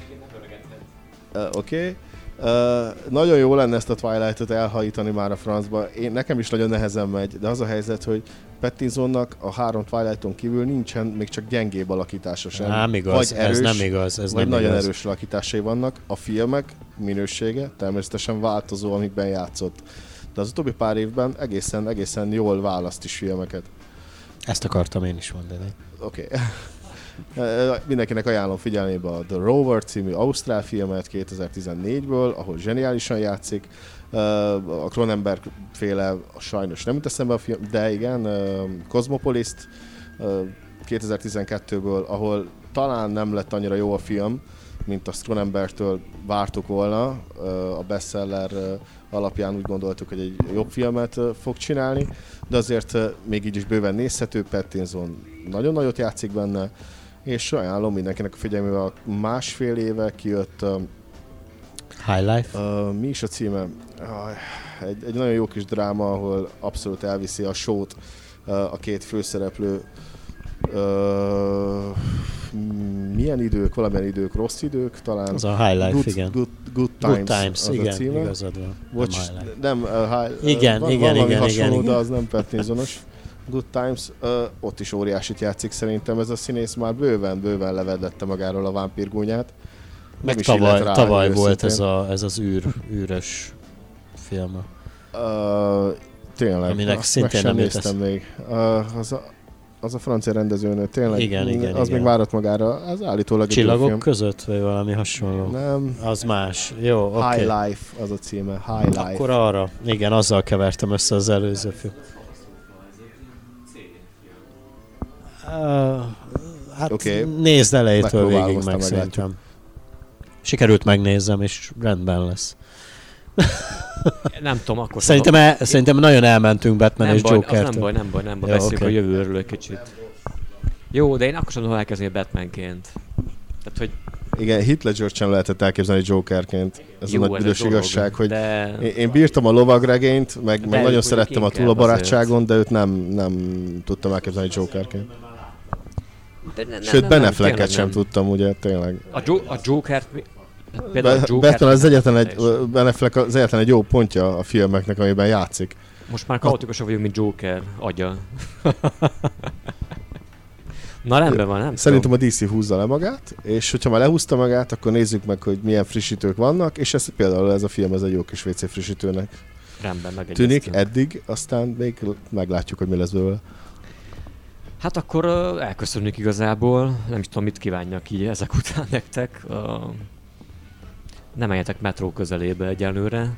Uh, Oké. Okay. Uh, nagyon jó lenne ezt a Twilight-ot elhajítani már a francba. Én, nekem is nagyon nehezen megy, de az a helyzet, hogy Pattinsonnak a három Twilight-on kívül nincsen még csak gyengébb alakítása sem. Nem igaz, vagy ez erős, nem igaz, ez vagy nem nagyon igaz. erős alakításai vannak. A filmek minősége természetesen változó, amikben játszott. De az utóbbi pár évben egészen, egészen jól választ is filmeket. Ezt akartam én is mondani. Oké. Okay. Mindenkinek ajánlom figyelmébe a The Rover című ausztrál filmet kétezer-tizennégyből, ahol zseniálisan játszik. A Cronenberg féle sajnos nem jut eszembe a film, de igen, Cosmopolis-t kétezer-tizenkettőből, ahol talán nem lett annyira jó a film, mint azt Cronenbergtől vártuk volna. A bestseller alapján úgy gondoltuk, hogy egy jobb filmet fog csinálni, de azért még így is bőven nézhető. Pattinson nagyon nagyot játszik benne, és ajánlom mindenkinek a figyelmével, a másfél éve kijött, uh, High Life? uh, mi is a címe? Uh, egy, egy nagyon jó kis dráma, ahol abszolút elviszi a sót uh, a két főszereplő. Uh, milyen idők, valamilyen idők, rossz idők talán. Az a High Life, good, igen. Good, good Times, Good Times, az igen, a címe. igazad van. Watch, Nem High Life. nem, uh, high, Igen, uh, igen, valami igen, hasonló, igen, de igen. az nem Pattinsonos. Good Times, uh, ott is óriásit játszik szerintem. Ez a színész már bőven, bőven levedette magáról a vámpírgúnyát. Meg is tavaly, illet rá, tavaly hogy volt ez, őszintén. a, ez az űr, űrös film. Uh, tényleg, Aminek azt szintén meg sem nem jut néztem még. Uh, az, a, az a francia rendezőnő, tényleg, Igen, igen, az igen. még várat magára, az állítólag egy jó Csillagok film. között, vagy valami hasonló? Nem, Az más. Jó, oké. High Okay. Life az a címe, High Life. Akkor arra. Igen, azzal kevertem össze az előző film. Uh, hát Oké. okay. Nézd elejétől Megpróbálom, végig aztán meg meglátjuk. szerintem. Sikerült megnézzem, és rendben lesz. Nem tudom, akkor Szerintem, el, szerintem nagyon elmentünk Batman nem és baj, az Joker-től. nem baj, nem baj, nem baj, Jó, beszéljünk oké. a jövőről egy kicsit. Jó, de én akkor sem tudom elkezdeni Batmanként. Tehát, hogy Igen, Heath Ledger sem lehetett elképzelni Jokerként. Ez jó, a nagy ez büdös dolog, igazság, hogy de... én, én bírtam a lovagregényt, meg, meg nagyon mondjuk szerettem a inkább túlabarátságon, de őt nem, nem tudtam elképzelni Jokerként. de ne, ne, Sőt, nem, Ben nem, Afflecket tényleg sem nem. tudtam, ugye, tényleg. A, jo- a Jokert... mi- Például a Be- Jokert Batman az nem egyetlen egy, teljesen. Ben Affleck az egyetlen egy jó pontja a filmeknek, amiben játszik. Most már kaotikusabb vagyunk, mint Joker agya. Na rendben van, nem Szerintem tudom. a dé cé húzza le magát, és hogyha már lehúzta magát, akkor nézzük meg, hogy milyen frissítők vannak, és ez például ez a film, ez egy jó kis vé cé frissítőnek Rendben, megegyeztünk. tűnik eddig, aztán még meglátjuk, hogy mi lesz belőle. Hát akkor uh, elköszönjük igazából. Nem is tudom, mit kívánjak így ezek után nektek. Uh, nem menjetek metró közelébe egyelőre.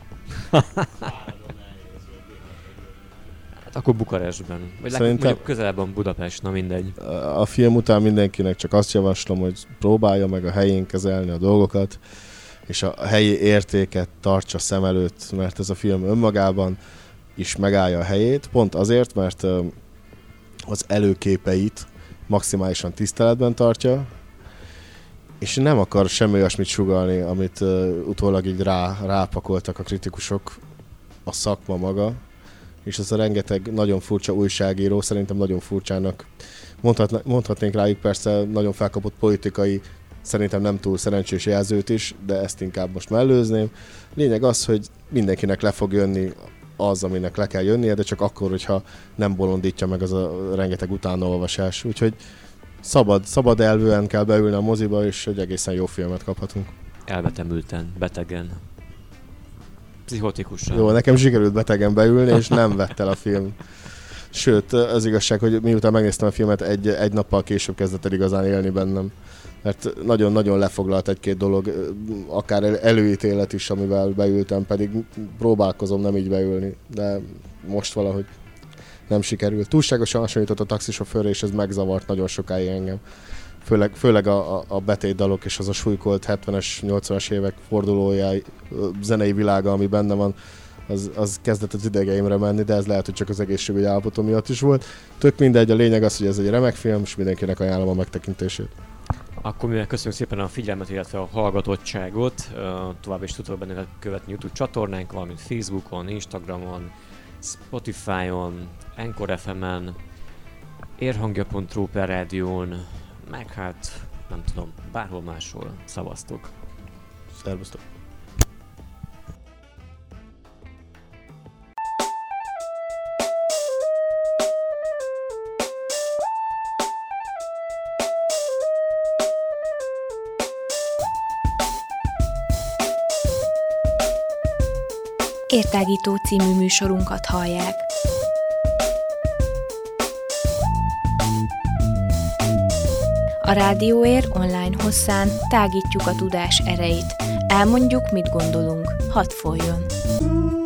Hát akkor Bukarestben. Vagy Szerintem- Szerintem... mondjuk közelebben Budapest, na mindegy. A film után mindenkinek csak azt javaslom, hogy próbálja meg a helyén kezelni a dolgokat, és a helyi értéket tartsa szem előtt, mert ez a film önmagában is megállja a helyét, pont azért, mert ö, az előképeit maximálisan tiszteletben tartja, és nem akar semmi olyasmit sugallni, amit uh, utólag így rá, rápakoltak a kritikusok, a szakma maga, és az a rengeteg nagyon furcsa újságíró, szerintem nagyon furcsának mondhatna, mondhatnénk rájuk persze nagyon felkapott politikai, szerintem nem túl szerencsés jelzőt is, de ezt inkább most mellőzném. Lényeg az, hogy mindenkinek le fog jönni az, aminek le kell jönnie, de csak akkor, hogyha nem bolondítja meg az a rengeteg utánaolvasás. Úgyhogy szabad, szabad elvűen kell beülni a moziba, és egy egészen jó filmet kaphatunk. Elvetemülten, betegen, pszichotikusan. Jó, nekem sikerült betegen beülni, és nem vett el a film. Sőt, az igazság, hogy miután megnéztem a filmet, egy, egy nappal később kezdett el igazán élni bennem. Mert nagyon-nagyon lefoglalt egy-két dolog, akár előítélet is, amivel beültem, pedig próbálkozom nem így beülni, de most valahogy nem sikerült. Túlságosan hasonlított a taxisofőrre, és ez megzavart nagyon sokáig engem. Főleg, főleg a, a, a betétdalok és az a súlykolt hetvenes, nyolcvanas évek fordulója, zenei világa, ami benne van, az, az kezdett az idegeimre menni, de ez lehet, hogy csak az egészségügyi állapotom miatt is volt. Tök mindegy, a lényeg az, hogy ez egy remek film, és mindenkinek ajánlom a megtekintését. Akkor mivel köszönjük szépen a figyelmet, illetve a hallgatottságot, tovább is tudtok bennünket követni YouTube csatornánk, valamint Facebookon, Instagramon, Spotify-on, Anchor ef emen, érhangja pont ru per rádión, meg hát nem tudom, bárhol máshol. Szavaztok! Szervusztok! Értágító című műsorunkat hallják. A Rádióér online hosszán tágítjuk a tudás erejét. Elmondjuk, mit gondolunk. Hadd folyjon!